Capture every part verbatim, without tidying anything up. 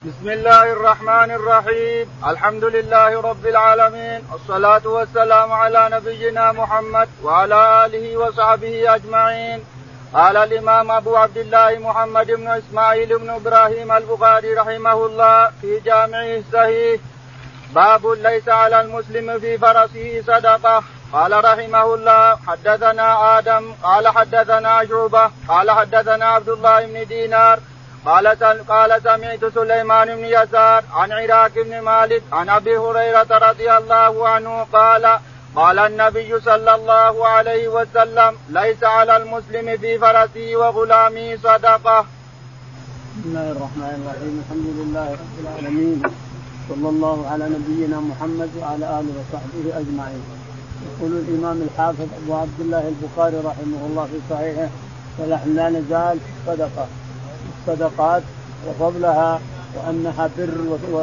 بسم الله الرحمن الرحيم. الحمد لله رب العالمين، والصلاة والسلام على نبينا محمد وعلى آله وصحبه أجمعين. قال الإمام أبو عبد الله محمد بن إسماعيل بن إبراهيم البخاري رحمه الله في جامعه الصحيح: باب ليس على المسلم في فرسه صدقة. قال رحمه الله: حدثنا آدم قال حدثنا شعبة قال حدثنا عبد الله بن دينار قال قال سمعت سليمان بن يسار عن عراك بن مالك عن أبي هريرة رضي الله عنه قال: قال النبي صلى الله عليه وسلم: ليس على المسلم في فرسه وغلامه صدقة. بسم الله الرحمن الرحيم. الحمد لله رب العالمين، صلى الله على نبينا محمد وعلى آله وصحبه أجمعين. يقول الإمام الحافظ أبو عبد الله البخاري رحمه الله في صحيحه: ونحن لا نزال صدقة، الصدقات وفضلها وأنها بر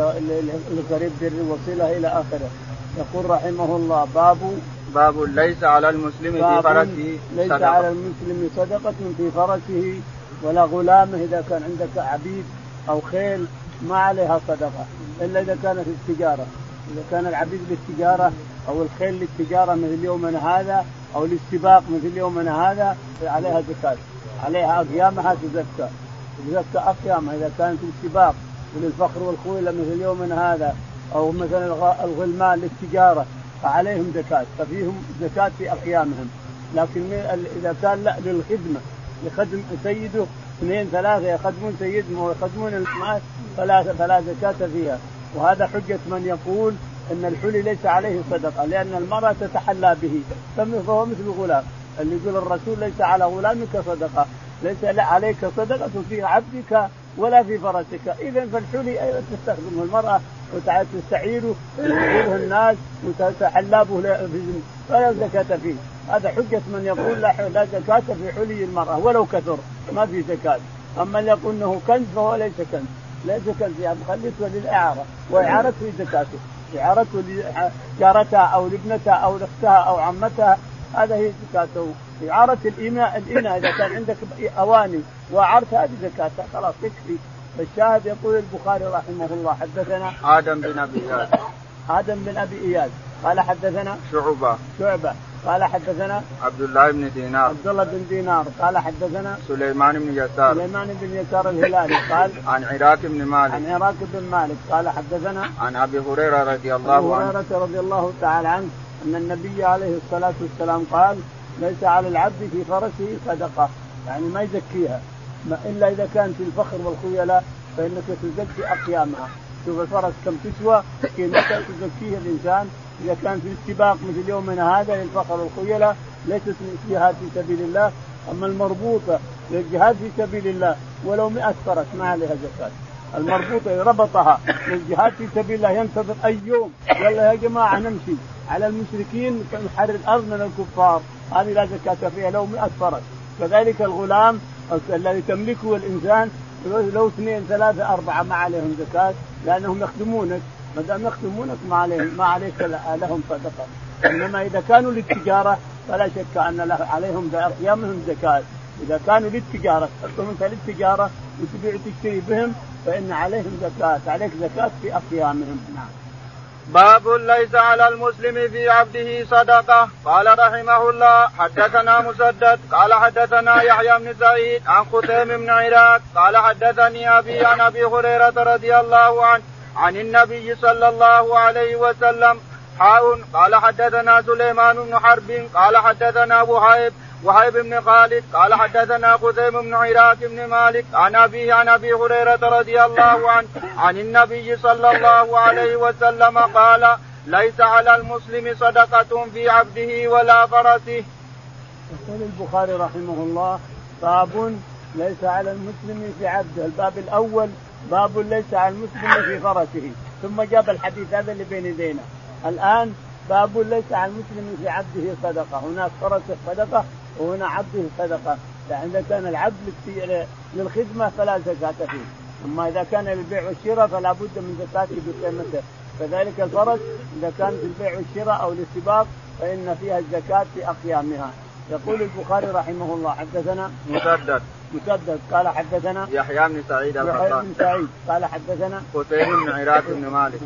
والقريب بر وصلة إلى آخره. يقول رحمه الله: باب باب ليس على المسلم في فرسه ليس صدقة. على المسلم صدقة في فرسه ولا غلامه. إذا كان عندك عبيد أو خيل ما عليها صدقة إلا إذا كانت التجارة. إذا كان العبيد للتجارة أو الخيل للتجارة مثل يومنا هذا أو للسباق مثل يومنا هذا عليها زكاة، عليها أقيامها تزكى تزكى أقيامها. إذا كانت السباق وللفخر والخويلة مثل يومنا هذا أو مثلا الغلمان للتجارة فعليهم زكاة، ففيهم زكاة في أقيامهم. لكن إذا كان لا للخدمة لخدم سيده اثنين ثلاثة يخدمون سيدهم ويخدمون الناس فلا فلا زكاة فيها. وهذا حجة من يقول أن الحلي ليس عليه صدقة، لأن المرأة تتحلى به فهو مثل غلام. اللي يقول الرسول: ليس على غلامك صدقة، ليس عليك صدقة في عبدك ولا في فرسك. إذا فالحلي أيضا تستخدمه المرأة وتستعيره وتعيره الناس وتتحلى به فلا زكاة فيه. هذا حجة من يقول لا زكاة في حلي المرأة ولو كثر ما في زكاة. أما اللي يقول أنه كنز فهو ليس كنز، ليس كنز يعني خليته للإعارة، وإعارته زكاته، إعارته لجارتها أو لابنتها أو لأختها أو عمتها هذا هي زكاته. إعارة الإناء الإناء إذا كان عندك أواني وأعرتها هذه زكاتها خلاص تكفي. فالشاهد يقول البخاري رحمه الله: حدثنا آدم بن أبي إياس آدم بن أبي إياس قال حدثنا شعبة شعبة قال حدثنا عبد الله بن دينار عبد الله بن دينار قال حدثنا سليمان بن يسار سليمان بن يسار الهلالي قال عن عراك بن مالك عن عراك بن مالك قال حدثنا عن أبي هريرة رضي الله عنه هريرة رضي الله تعالى عنه أن النبي عليه الصلاة والسلام قال: ليس على العبد في فرسه صدقة، يعني ما يزكيها إلا إذا كان في الفخر والخيلاء فإنك تزكي أقيامها. شوف الفرس كم تسوى قيمتها تزكيه الإنسان. إذا كان في السباق مثل يومنا هذا للفخر والخيلاء ليست جهاد في سبيل الله. أما المربوطة للجهاد في سبيل الله ولو مئة فرس ما عليها زكاة. المربوطة ربطها للجهاد في سبيل الله ينتظر أي يوم يلا يا جماعة نمشي على المشركين نحرر الأرض من الكفار، هذه لا زكاة فيها لو مئة فرس. كذلك الغلام الذي تملكه الإنسان لو اثنين ثلاثة أربعة ما عليهم زكاة لأنهم يخدمونك، ما دام يخدمونك ما عليهم ما عليك لهم صدقة. إنما إذا كانوا للتجارة فلا شك أن عليهم أقيامهم زكاة. إذا كانوا للتجارة تخدمون للتجارة وتبيع وتشتري بهم فإن عليهم زكاة، عليك زكاة في أقيامهم. نعم. باب ليس على المسلم في عبده صدقة. قال رحمه الله: حدثنا مسدد قال حدثنا يحيى بن سعيد عن خثيم بن عراك قال حدثني أبي عن أبي هريرة رضي الله عنه عن النبي صلى الله عليه وسلم حاء. قال حدثنا سليمان بن حرب قال حدثنا وهيب وهيب بن خالد قال حدثنا خثيم بن عراك بن مالك عن أبيه عن أبي هريرة رضي الله عنه عن النبي صلى الله عليه وسلم قال: ليس على المسلم صدقة في عبده ولا فرسه. يقول البخاري رحمه الله: باب ليس على المسلم في عبده. الباب الأول باب ليس على المسلم في فرسه، ثم جاب الحديث هذا اللي بين يدينا. الآن باب ليس على المسلم في عبده صدقة. هناك فرسه صدقة وهنا عبده صدقة. يعني إذا كان العبد للخدمة فلا زكاة فيه، أما إذا كان للبيع والشراء فلا بد من زكاة بقيمته. كذلك الفرس إذا كان في البيع والشراء أو للسباق فإن فيها الزكاة في أقيامها. يقول البخاري رحمه الله: حدثنا مسدد مسدد قال حدثنا يحيى بن سعيد يحيى بن سعيد قال حدثنا قتيم بن عراق بن مالك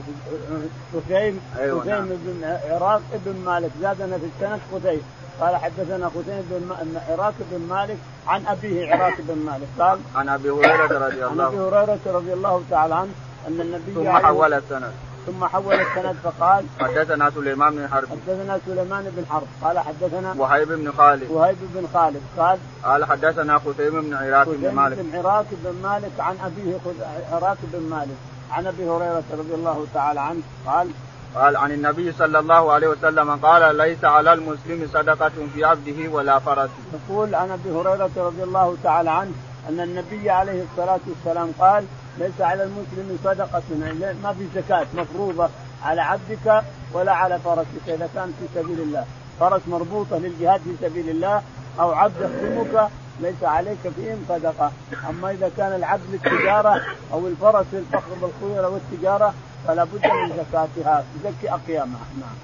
قتيم أيوة قتيم نعم. بن عراق بن مالك زادنا في السند قتيم قال حدثنا قتيم بن عراق بن مالك عن أبيه عراق بن مالك قال عن أبي هريرة رضي الله عن أبي هريرة رضي الله تعالى عنه أن النبي ثم حول السند ثم حول السند فقال حدثنا سليمان بن حرب حدثنا سليمان بن حرب قال حدثنا وهيب بن خالد وهيب بن خالد قال قال حدثنا قتيم بن عراق بن مالك بن عراق بن مالك عن أبيه عراق بن مالك عن أبي هريرة رضي الله تعالى عنه قال قال عن النبي صلى الله عليه وسلم قال ليس على المسلم صدقة في عبده ولا فرسه. يقول عن أبي هريرة رضي الله تعالى عنه أن النبي عليه الصلاة والسلام قال ليس على المسلم صدقة، ما في زكاة مفروضة على عبدك ولا على فرسك إذا كان في سبيل الله، فرس مربوطة للجهاد في سبيل الله أو عبد يخدمك ليس عليك فيهم صدقة. أما إذا كان العبد للتجارة أو الفرس للفخر بالخير والتجارة فلا بد من زكاتها تزكي أقيامها. نعم.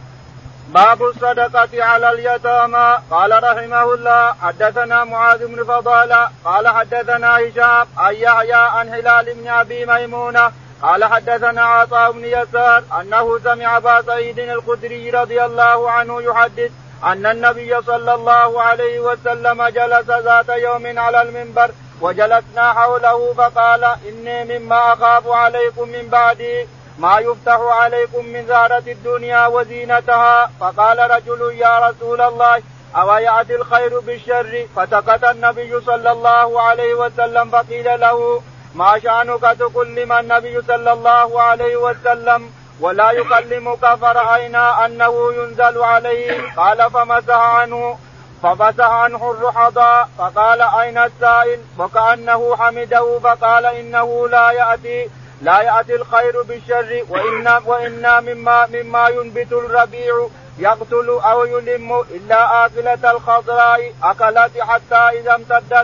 باب الصدقة على اليتامى. قال رحمه الله حدثنا معاذ بن فضالة قال حدثنا هشام عن يحيى عن هلال بن أبي ميمونة قال حدثنا عطاء بن يسار أنه سمع أبا سعيد الخدري رضي الله عنه يحدث أن النبي صلى الله عليه وسلم جلس ذات يوم على المنبر وجلسنا حوله فقال إني مما أخاف عليكم من بعدي ما يفتح عليكم من زهرة الدنيا وزينتها. فقال رجل يا رسول الله أو يأتي الخير بالشر؟ فسكت النبي صلى الله عليه وسلم فقيل له ما شأنك تكلم النبي صلى الله عليه وسلم ولا يكلمك؟ فرأينا أنه ينزل عليه. قال فمسح عنه فمسح عنه الرحضاء فقال أين السائل؟ وكأنه حمده فقال إنه لا يأتي لا يأتي الخير بالشر وإنا, وإنا مما, مما ينبت الربيع يقتل أو يلم إلا آكلة الخضراء أكلت حتى إذا امتدت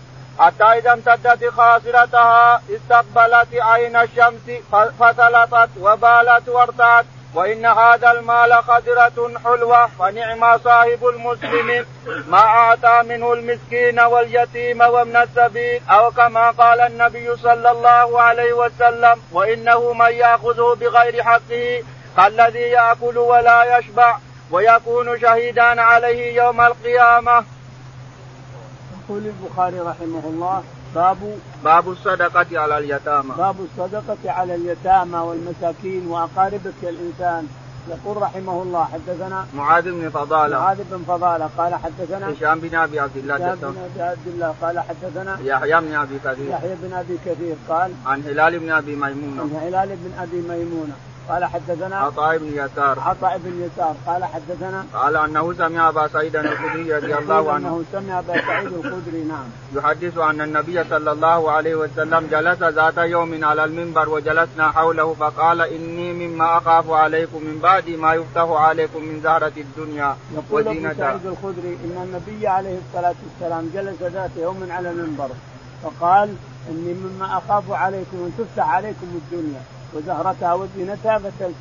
حتى إذا امتدت خاصرتها استقبلت عين الشمس فسلطت وبالت وارتعت وإن هذا المال خضرة حلوة فنعم صاحب المسلم ما أعطى منه المسكين واليتيم وابن السبيل أو كما قال النبي صلى الله عليه وسلم وإنه من يأخذه بغير حقه كالذي يأكل ولا يشبع ويكون شهيدا عليه يوم القيامة. يقول البخاري رحمه الله باب باب الصدقة على اليتامى. باب الصدقة على اليتامى والمساكين وأقاربك الإنسان. يقول رحمه الله حدثنا معاذ بن فضالة معاذ بن فضالة قال حدثنا هشام بن أبي عبد الله هشام بن أبي عبد الله قال حدثنا يحيى بن أبي كثير يحيى بن أبي كثير قال عن هلال بن أبي ميمونة عن هلال بن أبي ميمونة قال حدثنا عطاء بن يسار عطاء بن يسار قال حدثنا قال أنه سمع أبا سعيد الخدري رضي الله عنه أنه سمع أبا سعيد الخدري نعم يحدث أن النبي صلى الله عليه وسلم جلس ذات يوم على المنبر وجلسنا حوله فقال إني مما أخاف عليكم من بعد ما يفتح عليكم من زهرة الدنيا يقول أبو سعيد الخدري إن النبي عليه الصلاة والسلام جلس ذات يوم على المنبر فقال إني مما أخاف عليكم أن تفتح عليكم الدنيا وزهرتها وزينتها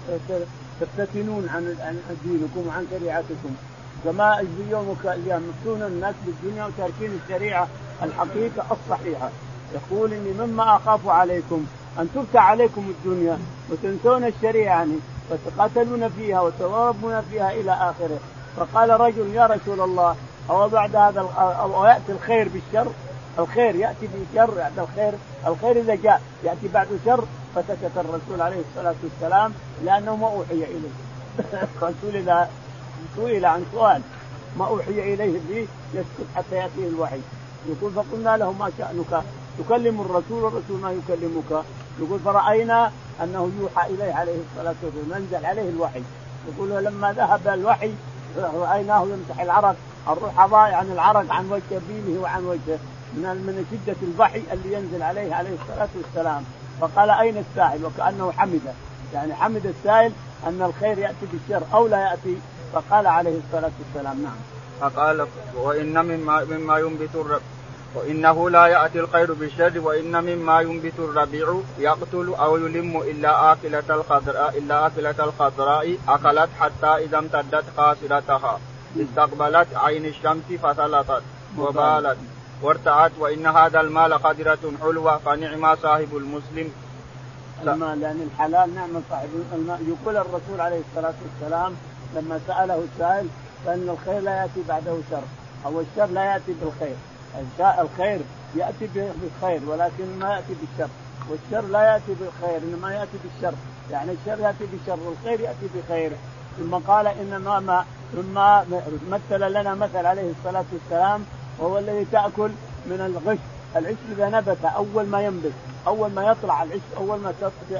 فتفتنون عن دينكم وعن شريعتكم كما اليوم يمسون الناس بالدنيا وتركين الشريعة الحقيقة الصحيحة. يقول إني مما أخاف عليكم أن تفتح عليكم الدنيا وتنسون الشريعة يعني وتقاتلون فيها وتضربون فيها إلى آخره. فقال رجل يا رسول الله أو بعد هذا أو يأتي الخير بالشر؟ الخير يأتي بالشر يعني الخير الخير إذا جاء يأتي بعد شر. فسكت الرسول عليه الصلاة والسلام لأنه ما أوحي إليه. الرسول إذا سئل عن سؤال ما أوحي إليه به يسكت حتى يأتيه الوحي. يقول فقلنا له ما شأنك تكلم الرسول والرسول ما يكلمك؟ يقول فرأينا أنه يوحى إليه عليه الصلاة والسلام ينزل عليه الوحي. يقول لما ذهب الوحي رأيناه يمسح العرق الرحضاء عن العرق عن وجه يمينه وعن وجهه من من شدة الوحي اللي ينزل عليه عليه الصلاة والسلام. فقال أين السائل؟ وكأنه حمده يعني حمد السائل أن الخير يأتي بالشر أو لا يأتي. فقال عليه الصلاة والسلام نعم. فقال وإن مما مما ينبت الرب وإنه لا يأتي الخير بالشر وإن مما ينبت الربيع يقتل أو يلم إلا آكلة الخضراء إلا آكلة الخضراء أكلت حتى إذا امتدت خاصرتها استقبلت عين الشمس فسلطت وبالت وارتعت وإن هذا المال قدرة حلوة فنعم صاحب المسلم. المال لأن الحلال نعم صاحب المال. يقول الرسول عليه الصلاة والسلام لما سأله السائل فإن الخير لا يأتي بعده شر أو الشر لا يأتي بالخير. الخير يأتي بالخير ولكن ما يأتي بالشر، والشر لا يأتي بالخير إنما يأتي بالشر. يعني الشر يأتي بالشر والخير يأتي بخير. ثم قال إنما ما ثم مثل لنا مثل عليه الصلاة والسلام وهو الذي تأكل من الغش. العش إذا نبت أول ما ينبت أول ما يطلع العش أول ما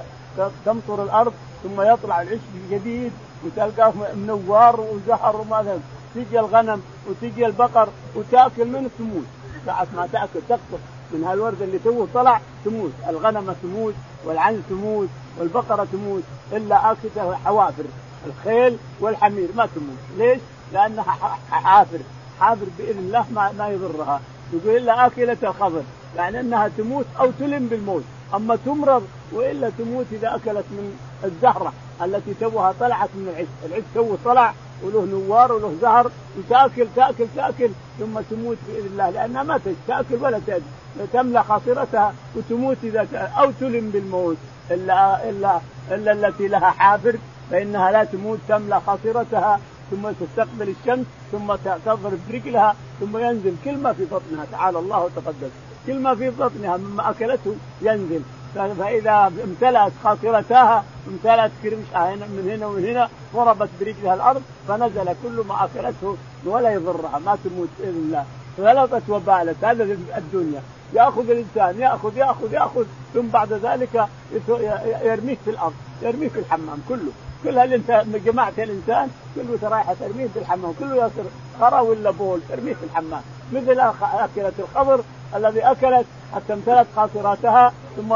تمطر الأرض ثم يطلع العش الجديد وتلقاه منوار وزهر وماذا، تيجي الغنم وتيجي البقر وتأكل منه تموت. ساعة ما تأكل تقطف من هالورد اللي توه طلع تموت. الغنم تموت والعنز تموت والبقرة تموت إلا آكلة حوافر الخيل والحمير ما تموت. ليش؟ لأنها حافر حافر بإذن الله ما, ما يضرها. يقول إلا آكلة الخضر يعني أنها تموت أو تلم بالموت، أما تمرض وإلا تموت إذا أكلت من الزهرة التي توها طلعت من العش. العش توه طلع وله نوار وله زهر وتأكل تأكل تأكل ثم تموت بإذن الله لأنها ما تأكل ولا تأكل تملى خاصرتها وتموت إذا أو تلم بالموت. إلا, إلا, إلا التي لها حافر فإنها لا تموت تملى خاصرتها ثم تستقبل الشمس ثم تضرب برجلها ثم ينزل كل ما في بطنها تعالى الله وتقدس كل ما في بطنها مما أكلته ينزل. فإذا امتلأت خاصرتها امتلأت كرمشها من هنا ومن هنا ضربت برجلها الأرض فنزل كل ما أكلته ولا يضرها ما تموت بإذن الله. فغلطت وبالت. هذا الدنيا يأخذ الإنسان يأخذ يأخذ يأخذ ثم بعد ذلك يرميه في الأرض يرميه في الحمام كله. كل الإنسان جماعة الإنسان كله رايحة ترميه في الحمام كله يصير خرا ولا بول ترميه في الحمام. مثل أكلت الخضر الذي أكلت حتى امتلت خاصراتها ثم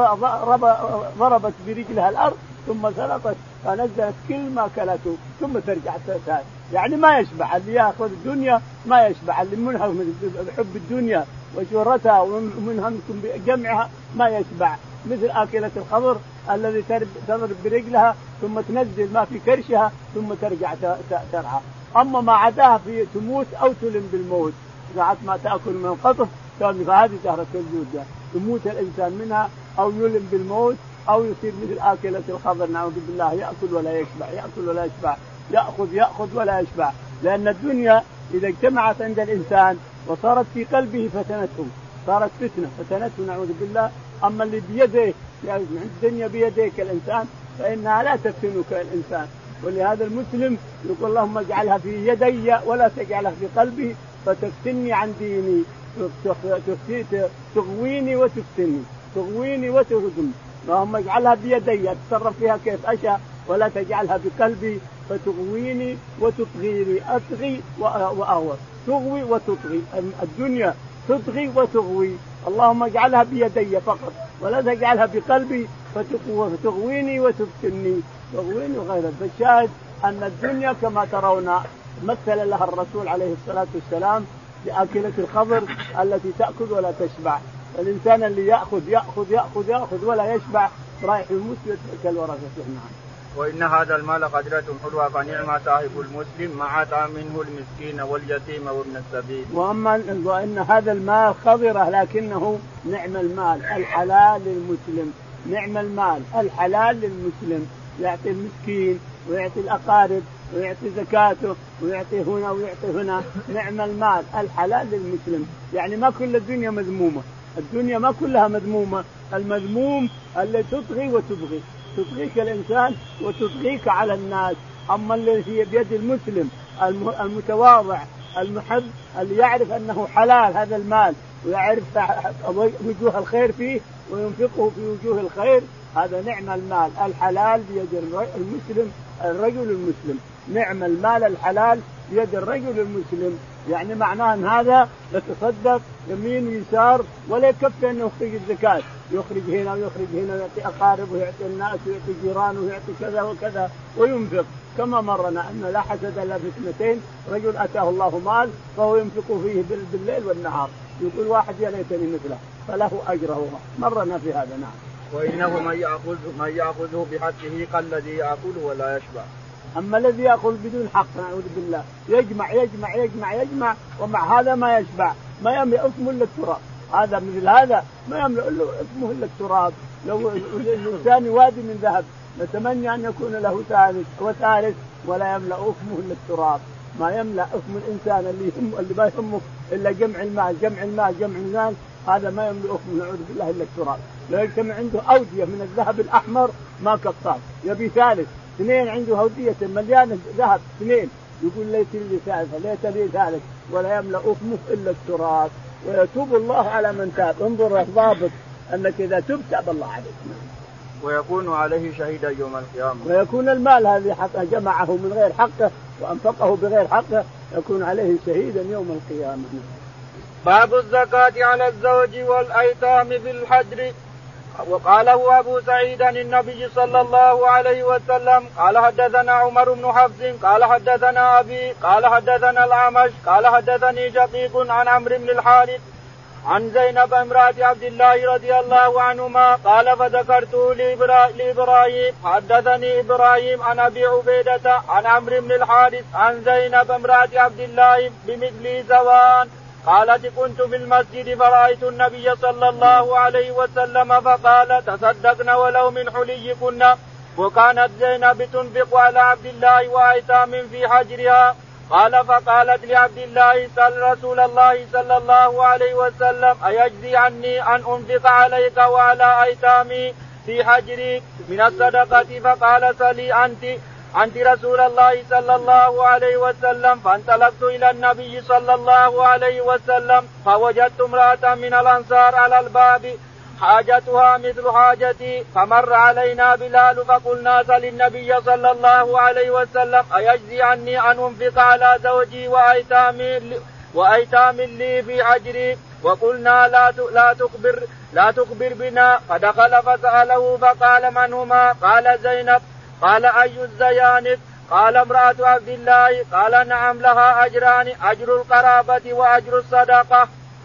ضربت برجلها الأرض ثم سلطت فنزلت كل ما أكلته ثم ترجع تسال. يعني ما يشبع اللي يأخذ الدنيا ما يشبع اللي منها من حب الدنيا وشهرتها ومنها بجمعها ما يشبع. مثل آكلة الخضر الذي تضرب برجلها ثم تنزل ما في كرشها ثم ترجع ترعى. أما ما عداها في تموت أو تلم بالموت. ساعة ما تأكل من قطف فهذه زهرة الجود تموت الإنسان منها أو يلم بالموت أو يصير مثل آكلة الخضر نعوذ بالله يأكل ولا يشبع يأكل ولا يشبع يأخذ يأخذ ولا يشبع. لأن الدنيا إذا اجتمعت عند الإنسان وصارت في قلبه فتنته صارت فتنة فتنته نعوذ بالله. أما اللي بيده يعني الدنيا بيديك الإنسان فإنها لا تفتنك الإنسان. ولهذا المسلم يقول اللهم اجعلها في يدي ولا تجعلها في قلبي فتفتني عن ديني تغويني وتفتني تغويني وتهزمني. اللهم اجعلها بيدي أتصرف فيها كيف أشاء ولا تجعلها بقلبي فتغويني وتطغيني. أطغي وأغوى تغوي وتطغي. الدنيا تطغي وتغوي. اللهم اجعلها بيدي فقط ولا تجعلها بقلبي فتغويني وتفتني تغويني وغيرها. فالشاهد أن الدنيا كما ترون مثل لها الرسول عليه الصلاة والسلام بآكلة الخضر التي تأكل ولا تشبع. الإنسان اللي يأخذ يأخذ يأخذ يأخذ ولا يشبع رايح يموت كالورثة. نعم. وإن هذا المال قدرة حلوة فنعم صاحب المسلم ما أعطى منه المسكين واليتيم وابن السبيل. وأما وإن هذا المال خضرة لكنه نعم المال الحلال للمسلم. نعم المال الحلال للمسلم يعطي المسكين ويعطي الأقارب ويعطي زكاته ويعطي هنا ويعطي هنا. نعم المال الحلال للمسلم. يعني ما كل الدنيا مذمومة. الدنيا ما كلها مذمومة. المذموم اللي تطغي وتبغي تطغيك الإنسان وتطغيك على الناس. أما اللي هي بيد المسلم المتواضع المحب اللي يعرف أنه حلال هذا المال ويعرف وجوه الخير فيه وينفقه في وجوه الخير هذا نعم المال الحلال بيد المسلم الرجل المسلم. نعم المال الحلال بيد الرجل المسلم. يعني معناه أن هذا يتصدق يمين ويسار ولا يكفي أنه يخرج الزكاة يخرج هنا ويخرج هنا ويعطي أقارب ويعطي الناس ويعطي جيران ويعطي كذا وكذا وينفق. كما مرنا أن لا حسد إلا في اثنتين رجل أتاه الله مال فهو ينفق فيه بالليل والنهار يقول واحد يا ليتني مثله فله أجره. مرنا في هذا. نعم. وإنه من يأخذ من يأخذه بحقه كالذي يأكل ولا يشبع. أما الذي يأكل بدون حق نعوذ بالله يجمع يجمع يجمع يجمع ومع هذا ما يشبع ما يملأ اسمه إلا التراب. هذا مثل هذا ما يملأ اسمه إلا التراب. لو الإنسان وادي من ذهب نتمنى أن يكون له ثالث وثالث ولا يملأ اسمه إلا التراب. ما يملأ اسم الإنسان اللي هم اللي ما يهمه إلا جمع المال جمع المال جمع المال، هذا ما يملأ اسمه نعوذ بالله إلا التراب. لو يجتمع عنده أودية من الذهب الأحمر ما كفاه، يبي ثالث. اثنين عنده أودية مليانة ذهب اثنين، يقول ليت لي ثالث ليت لي ثالث، ولا يملأ اسمه إلا التراب. ويتوب الله على من تاب. انظر الضابط أنك إذا تبت تاب الله عليك. ويكون عليه شهيدا يوم القيامة. ويكون المال الذي جمعه من غير حقه وأنفقه بغير حقه يكون عليه شهيدا يوم القيامة. باب الزكاة على الزوج والأيتام بالحجر. وقاله أبو سعيد النبي صلى الله عليه وسلم قال حدثنا عمر بن حفص قال حدثنا أبي قال حدثنا الأعمش قال حدثني شقيق عن عمرو بن الحارث عن زينب امرأة عبد الله رضي الله عنهما قال فذكرته لإبراهيم حدثني إبراهيم عن أبي عبيدة عن عمرو بن الحارث عن زينب امرأة عبد الله بمثل سواء قالت كنت في المسجد فرأيت النبي صلى الله عليه وسلم فقال تصدقن ولو من حليكن. وكانت زينب تنفق على عبد الله وأيتام في حجرها. قال فقالت لعبد الله سأل رسول الله صلى الله عليه وسلم أيجزي عني أن أنفق عليك وعلى أيتامي في حجري من الصدقة؟ فقال سلي أنت أنت رسول الله صلى الله عليه وسلم. فانطلقت إلى النبي صلى الله عليه وسلم فوجدت امرأة من الأنصار على الباب حاجتها مثل حاجتي، فمر علينا بلال فقلنا سل النبي صلى الله عليه وسلم أيجزي عني أن أنفق على زوجي وأيتامي وأيتام لي في حجري؟ وقلنا لا لا تخبر لا تخبر بنا. فدخل فسأله فقال من هما؟ قال زينب. قال أي الزيانب؟ قال امرأة عبد الله. قال نعم لها أجران أجر القرابة وأجر الصدقة.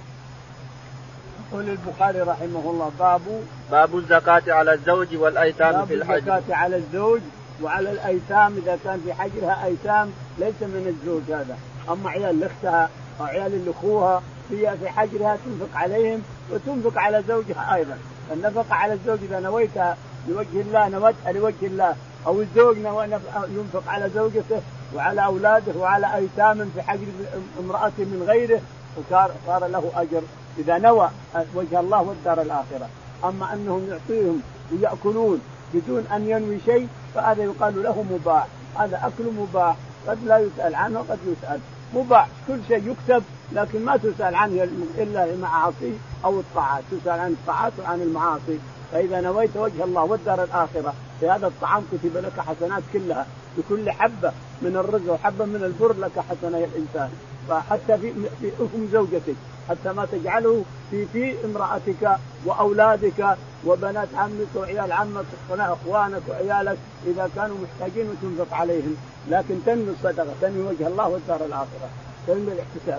يقول البخاري رحمه الله باب باب الزكاة على الزوج والأيتام في الحجر. باب الزكاة على الزوج وعلى الأيتام إذا كان في حجرها أيتام ليس من الزوج هذا، أما عيال أختها أو عيال أخوها هي في حجرها تنفق عليهم وتنفق على زوجها أيضا. النفقة على الزوج إذا نويتها لوجه الله نوتها لوجه الله، أو الزوج ينفق على زوجته وعلى أولاده وعلى أيتام في حجر امرأته من غيره وصار صار له أجر إذا نوى وجه الله والدار الآخرة. أما أنهم يعطيهم ويأكلون بدون أن ينوي شيء فهذا يقال له مباح. هذا أكل مباح قد لا يسأل عنه وقد يسأل. مباح كل شيء يكتب لكن ما تسأل عنه إلا المعاصي أو الطاعات، تسأل عن الطاعات وعن المعاصي. فإذا نويت وجه الله والدار الآخرة في هذا الطعام كتب لك حسنات كلها، بكل حبة من الرزق وحبة من البر لك حسنة يا الإنسان. فحتى في في أم زوجتك حتى ما تجعله في في امرأتك وأولادك وبنات عمك وعيال عمك وأخوانك وعيالك إذا كانوا محتاجين وتنفق عليهم، لكن تنمي الصدقة تنمي وجه الله والدار الآخرة تنمي الاحتساب.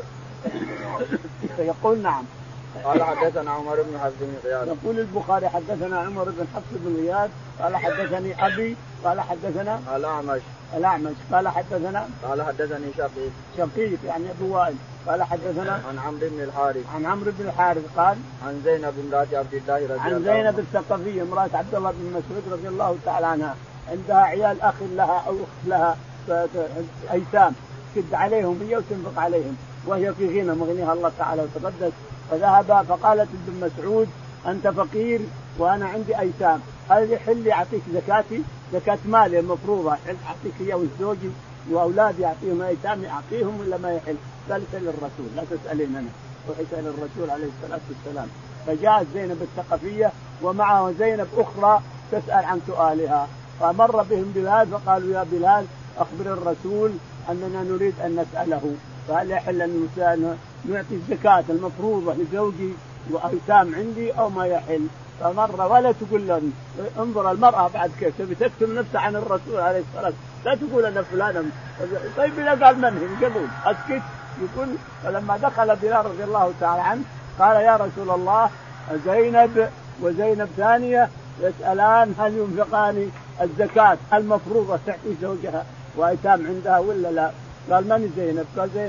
يقول نعم. قال حدثنا عمر بن حفص بن غياث. يقول البخاري حدثنا عمر بن حفص بن غياث قال حدثني أبي قال حدثنا الأعمش الأعمش قال حدثنا قال حدثني شقيق شقيق يعني أبو وائل قال حدثنا عن عمرو بن الحارث عن عمرو بن الحارث قال عن زينب امرأة عبد الله رضي الله عنها عن زينب الثقفية امرأة عبد الله بن مسعود رضي الله تعالى عنها، عندها عيال أخ لها أو أخت لها أيتام تشد عليهم هي وتنفق عليهم وهي في غنى مغنيها الله تعالى وتقدس. فذهب فقالت ابن مسعود أنت فقير وأنا عندي أيتام، هل يحل لي أعطيك زكاتي زكاة مالي المفروضة أعطيك هي وزوجي وأولادي أعطيهم أيتام أعطيهم ولا ما يحل؟ قال اسأل الرسول لا تسألين أنا، روح اسأل الرسول عليه الصلاة والسلام. فجاءت زينب الثقفية ومعها زينب أخرى تسأل عن سؤالها، فمر بهم بلال فقالوا يا بلال أخبر الرسول أننا نريد أن نسأله فهل يحل أن نعطي الزكاة المفروضة لزوجي وأيتام عندي أو ما يحل؟ فمر ولا تقول لهم انظر المرأة بعد كيف تبي تكتم نفسها عن الرسول عليه الصلاة لا تقول أنا فلانا طيب لا قال من يقول أسكت. يقول فلما دخل بلال رضي الله تعالى عنه قال يا رسول الله زينب وزينب ثانية يسألان هل ينفقان الزكاة المفروضة تعطي زوجها وأيتام عندها ولا لا؟ قال من زينب؟ قال زينب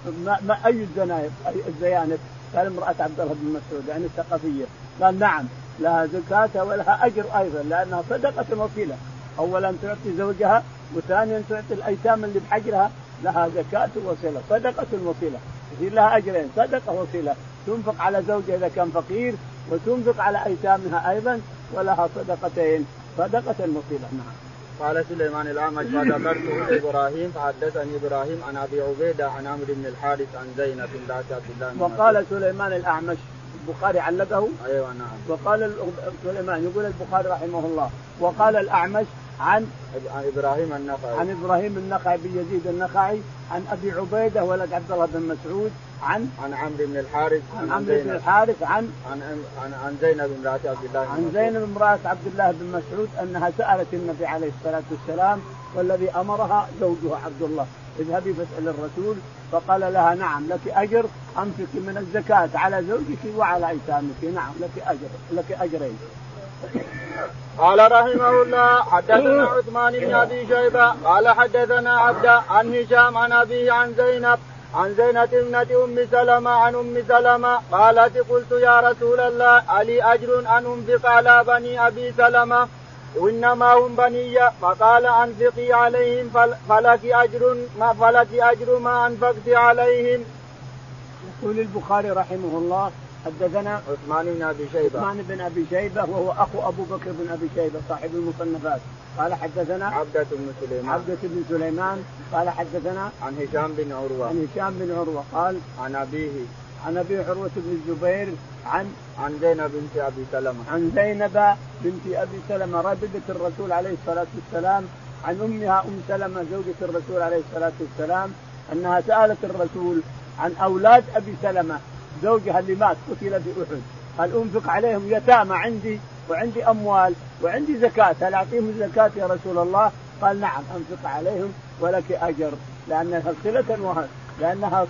ما, ما أي الزنايب أي الزيانب؟ قال امرأة عبد الله بن مسعود يعني الثقفية. قال نعم لها زكاة ولها أجر أيضا لأنها صدقة وصلة. أولا تعطي زوجها وثانيا تعطي الأيتام اللي بحجرها لها زكاة وصلة صدقة وصلة يصير لها أجرين صدقة وصلة تنفق على زوجها إذا كان فقير وتنفق على أيتامها أيضا ولها صدقتين صدقة وصلة. نعم. قال سليمان الأعمش فذكرته لإبراهيم فحدثني إبراهيم عن أبي عبيدة عن عمرو بن الحارث عن زينب بنت عبد الله. وقال سليمان الأعمش البخاري علقه. أيوة نعم. وقال سليمان يقول البخاري رحمه الله وقال الأعمش عن عن إبراهيم النخعي عن إبراهيم النخعي بن يزيد النخعي عن أبي عبيدة ولد عبد الله بن مسعود عن عن عمرو بن الحارث عن عمرو بن الحارث عن عن عن, عن زينب امرأة عبد الله عن زينب امرأة عبد الله بن مسعود أنها سألت النبي عليه الصلاة والسلام والذي أمرها زوجها عبد الله اذهبي فاسأل الرسول فقال لها نعم لك أجر أنفقي من الزكاة على زوجك وعلى أيتامك. نعم لك أجر لك أجرين. قال رحمه الله حدثنا عثمان بن أبي شيبة قال حدثنا عبد عن هشام عن أبيه عن زينب عن زينب ابنة أم سلمة عن أم سلمة قالت قلت يا رسول الله علي أجر أن أنفق على بني أبي سلمة وإنما هم بني فقال أنفقي عليهم فلك أجر ما فلك أجر ما أنفقت عليهم. يقول البخاري رحمه الله حدثنا عثمان بن أبي شيبة عثمان بن أبي شيبة وهو أخو أبو بكر بن أبي شيبة صاحب المصنفات. قال حدثنا عبدة بن سليمان عبدة بن سليمان قال حدثنا عن هشام بن عروة عن هشام بن عروة قال عن أبيه عن أبي عروة بن الزبير عن عن زينب بنت أبي سلمة عن زينب بنت أبي سلمة رابدة الرسول عليه الصلاة والسلام عن أمها أم سلمة زوجة الرسول عليه الصلاة والسلام أنها سألت الرسول عن أولاد أبي سلمة زوجها اللي مات قتل في أحد قال أنفق عليهم يتامى عندي وعندي أموال وعندي زكاة هل أعطيهم الزكاة يا رسول الله؟ قال نعم أنفق عليهم ولك أجر لأنها صلة وهن لأنها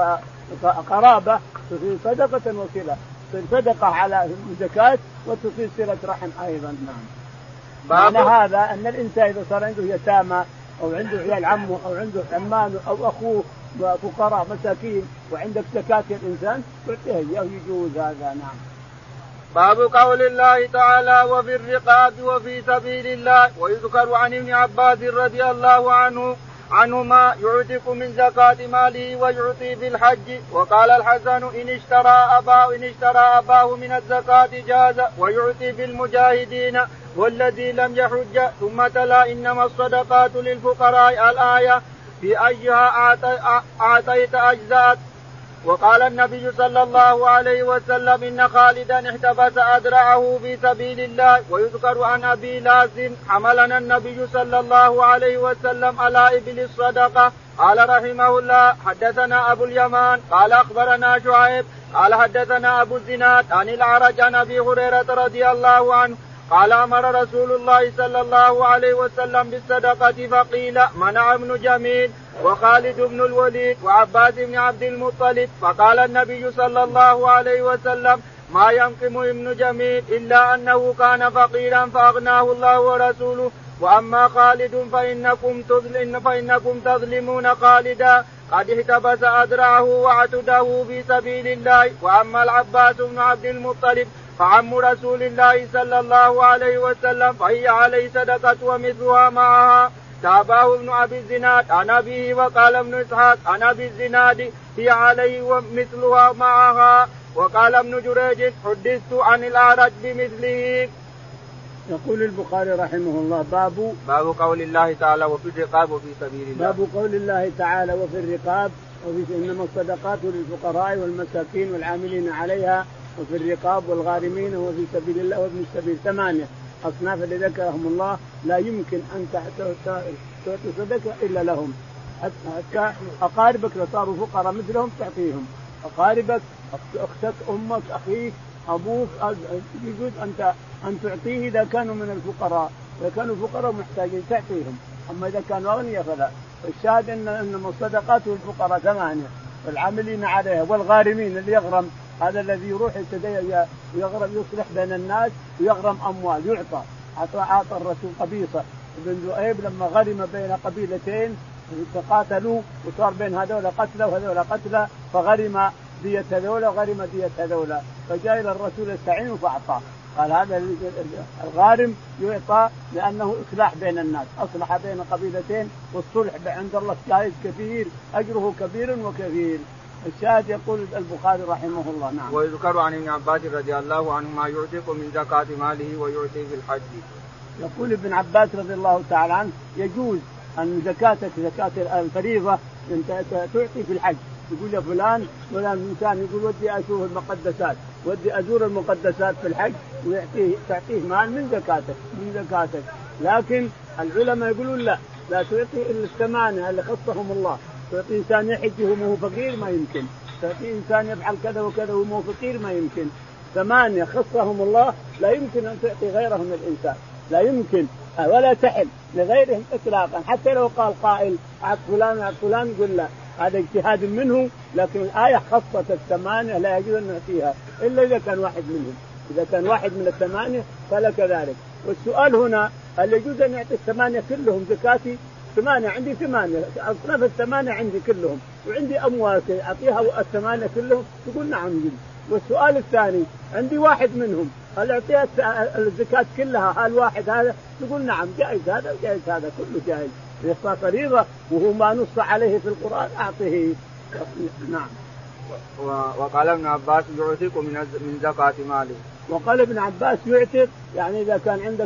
قرابة تصير صدقة وصلة تصير صدقة على زكاة وتصير صلة رحم أيضا. نعم. معنى هذا أن الإنسان إذا صار عنده يتامى أو عنده عيال عمه أو عنده عمان أو أخوه فقراء مساكين وعندك زكاة الإنسان تعطيه إياه يجوز هذا. نعم. باب قول الله تعالى وفي الرقاب وفي سبيل الله. ويذكر عن ابن عباس رضي الله عنه عنهما يعتق من زكاة ماله ويعطي في الحج. وقال الحسن إن اشترى أباه إن اشترى أباه من الزكاة جاز ويعطي في المجاهدين والذي لم يحج. ثم تلا إنما الصدقات للفقراء الآية في أيها أعطيت أجزاء. وقال النبي صلى الله عليه وسلم إن خالدا احتبس أدرعه في سبيل الله. ويذكر عن أبي لاس حملنا النبي صلى الله عليه وسلم على إبل الصدقة. قال رحمه الله حدثنا أبو اليمان قال أخبرنا شعيب قال حدثنا أبو الزناد عن الأعرج عن أبي هريرة رضي الله عنه قال أمر رسول الله صلى الله عليه وسلم بالصدقة فقيل منع ابن جميل وخالد بن الوليد وعباس بن عبد المطلب. فقال النبي صلى الله عليه وسلم ما ينقم ابن جميل إلا أنه كان فقيرا فأغناه الله ورسوله. وأما خالد فإنكم تظلمون فإنكم تظلمون خالدا قد احتبس أدرعه وعتده في سبيل الله. وأما العباس بن عبد المطلب فعم رسول الله صلى الله عليه وسلم فهي عليه صدقة ومثلها معها. تابعه ابن أبي الزناد عن أبيه وقال ابن إسحاق عن أبي الزناد هي عليه ومثلها معها. وقال ابن جريج حدثت عن الأعرج بمثله. يقول البخاري رحمه الله باب باب قول الله تعالى وفي الرقاب وفي سبيل الله. باب قول الله تعالى وفي الرقاب وفي إنما الصدقات للفقراء والمساكين والعاملين عليها وفي الرقاب والغارمين وفي سبيل الله وابن السبيل. ثمانية أصناف اللي ذكرهم الله لا يمكن أن تعطي صدقة إلا لهم. حتى أقاربك لو صاروا فقراء مثلهم تعطيهم. أقاربك أختك أمك أخيك أبوك يجوز أنت أن تعطيه إذا كانوا من الفقراء. إذا كانوا فقراء محتاجين تعطيهم أما إذا كانوا أغنياء فلا. الشاهد أن إنما الصدقات للفقراء ثمانية والعاملين عليها والغارمين اللي يغرم هذا الذي يروح يغرم يصلح بين الناس ويغرم أموال يعطى. أعطى الرسول قبيصة بن ذؤيب لما غرم بين قبيلتين تقاتلوا وصار بين هذول قتلى وهذول قتلى فغرم دية هذول وغرم دية هذول فجاء إلى الرسول يستعين فأعطاه. قال هذا الغارم يعطى لأنه إصلاح بين الناس، أصلح بين قبيلتين، والصلح عند الله جائز كثير أجره كبير وكثير. الشاهد يقول البخاري رحمه الله. نعم. ويذكر عن ابن عباس رضي الله عنهما يعتق من زكاة ماله ويعطي في الحج. يقول ابن عباس رضي الله تعالى عنه يجوز أن زكاتك زكاة الفريضة أنت تعطي في الحج. يقول يا فلان فلان إنسان يقول ودي أشوف المقدسات ودي أزور المقدسات في الحج ويعطيه تعطيه مال من زكاتك من زكاتك. لكن العلماء يقولون لا لا تعطي إلا الثمانية اللي خصهم الله. تعطي إنسان يحج وهو فقير ما يمكن، تعطي إنسان يفعل كذا وكذا وهو فقير ما يمكن. ثمانية خصهم الله لا يمكن أن تعطي غيرهم الإنسان، لا يمكن ولا تحل لغيرهم إطلاقا. حتى لو قال قائل عد فلان عد فلان يقول لا هذا اجتهاد منه، لكن الآية خصت الثمانية لا يجوز أن نعطيها إلا إذا كان واحد منهم. إذا كان واحد من الثمانية فلا كذلك. والسؤال هنا هل يجوز أن يعطي الثمانية كلهم زكاتي؟ ثمانية عندي ثمانية أصناف الثمانية عندي كلهم وعندي أموال أعطيها الثمانية كلهم؟ تقول نعم يجوز. والسؤال الثاني عندي واحد منهم هل أعطيها الزكاة كلها هل واحد هذا؟ تقول نعم جائز هذا وجائز هذا كله جائز. يصير فريضة وهو ما نص عليه في القرآن أعطيه. نعم. وقال ابن عباس يعتق من زكاة ماله. وقال ابن عباس يعتق يعني إذا كان عندك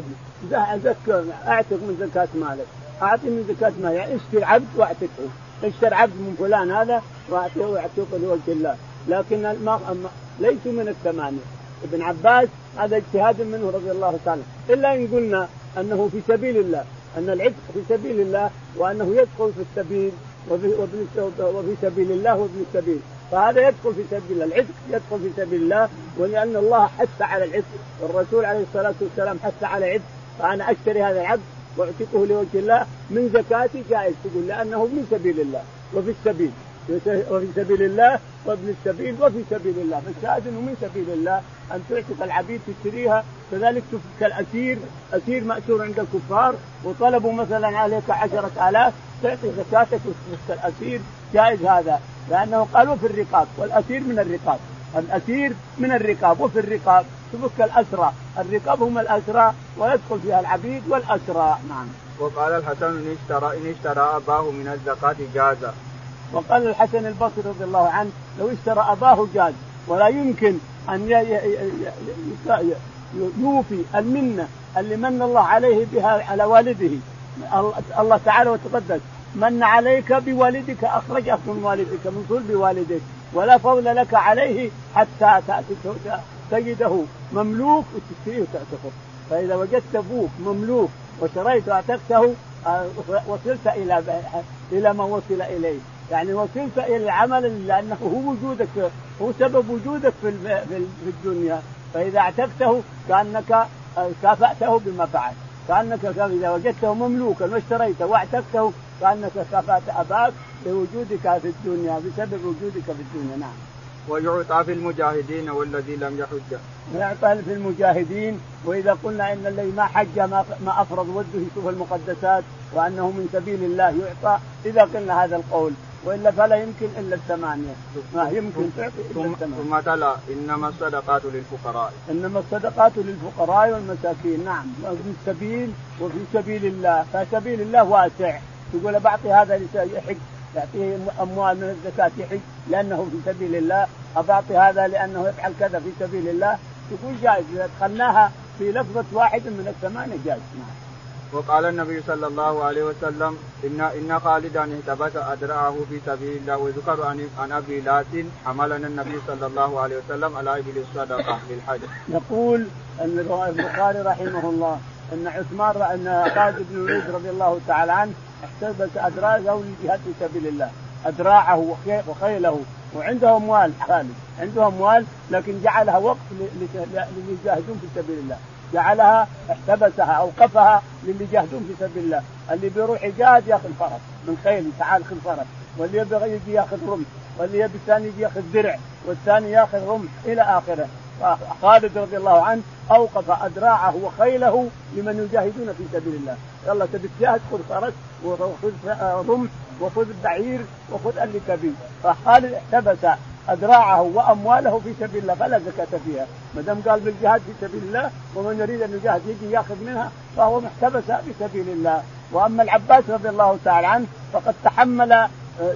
زكاة أعتق من زكاة مالك، أعطي من زكاة مالك يعني اشتري عبد واعتقه، اشتري عبد من فلان هذا واعطيه واعتقه لوجه الله. لكن ما ليسوا من الثمانية. ابن عباس هذا اجتهاد منه رضي الله تعالى، إلا إن قلنا أنه في سبيل الله، أن العتق في سبيل الله وأنه يدخل في السبيل وفي سبيل الله وابن السبيل، فهذا يدخل في سبيل الله. العتق يدخل في سبيل الله ولأن الله حث على العتق والرسول عليه الصلاة والسلام حث على العتق. فأنا أشتري هذا العبد واعتقه لوجه الله من زكاتي جائز تقول لأنه من سبيل الله وفي السبيل وفي سبيل الله وابن السبيل وفي سبيل الله. فالشاهد انه من سبيل الله ان تعتق العبيد تشتريها. كذلك تفك الاسير، اسير مأسور عند الكفار وطلبوا مثلا عليك عشرة آلاف تعطي زكاتك وتفك الاسير جائز هذا، لانه قالوا في الرقاب والاسير من الرقاب، الاسير من الرقاب وفي الرقاب تفك الاسرى، الرقاب هم الاسرى ويدخل فيها العبيد والاسرى. نعم. وقال الحسن إن اشترى إن اشترى أباه من الزكاة جاز. وقال الحسن البصري رضي الله عنه لو اشترى أباه جاز، ولا يمكن أن يوفي المنة اللي من الله عليه بها على والده. الله تعالى وتقدس من عليك بوالدك أخرجك من والدك من صلب والدك، ولا فضل لك عليه حتى تجده مملوك وتشتريه وتعتقه. فإذا وجدت أبوك مملوك وشريت واعتقته وصلت إلى إلى ما وصل إليه، يعني وصلت إلى العمل لأنه هو وجودك هو سبب وجودك في في الدنيا. فإذا اعتقته كأنك كافأته بما فعل، كأنك إذا وجدته مملوكا واشتريته واعتقته كأنك كافأت أباك بوجودك في الدنيا بسبب وجودك في الدنيا. نعم. ويعطى في المجاهدين والذي لم يحج. ويعطى في المجاهدين. وإذا قلنا إن الذي ما حج ما ما أفرض وده يشوف المقدسات وأنه من سبيل الله يعطى، إذا قلنا هذا القول، وإلا فلا يمكن إلا الثمانية، ما يمكن تعطي إلا الثمانية. ثم تلا إنما الصدقات للفقراء. إنما الصدقات للفقراء والمساكين. نعم. وفي السبيل وفي سبيل الله، فسبيل الله واسع. تقول بعطي هذا يحج يعطيه أموال من الزكاة يحج لأنه في سبيل الله، أبعطي هذا لأنه يفعل كذا في سبيل الله، تقول جائز. إذا دخلناها في لفظة واحد من الثمانية جائز. نعم. وقال النبي صلى الله عليه وسلم إن إن خالدا اهتبس أدرعه في سبيل الله. وذكر عن عن أبي لات حملنا النبي صلى الله عليه وسلم على إبل الصدقة للحج. يقول البخاري رحمه الله أن عثمان أن خالد بن الوليد رضي الله تعالى عنه احتبس أدراعه للجهاد في سبيل الله، أدراعه وخيله، وعنده أموال. خالد عنده أموال لكن جعلها وقف للي يجاهدون في سبيل الله، جعلها احتبسها أوقفها للي يجاهدون في سبيل الله. اللي بيروح يجاهد ياخذ فرس من خيل تعال خذ فرس، واللي يبغى يجي ياخذ رمح، واللي يبي الثاني يجي ياخذ درع، والثاني ياخذ رمح إلى آخره. خالد رضي الله عنه أوقف أدراعه وخيله لمن يجاهدون في سبيل الله. يلا تبي تجاهد خذ فرس وخذ رمح وخذ بعير وخذ اللي تبي. فخالد احتبس أدراعه وأمواله في سبيل الله فلا زكاة فيها، ما دام قال بالجهاد في سبيل الله ومن يريد أن يجاهد يجي يأخذ منها فهو محتبس في سبيل الله. وأما العباس رضي الله تعالى عنه فقد تحمل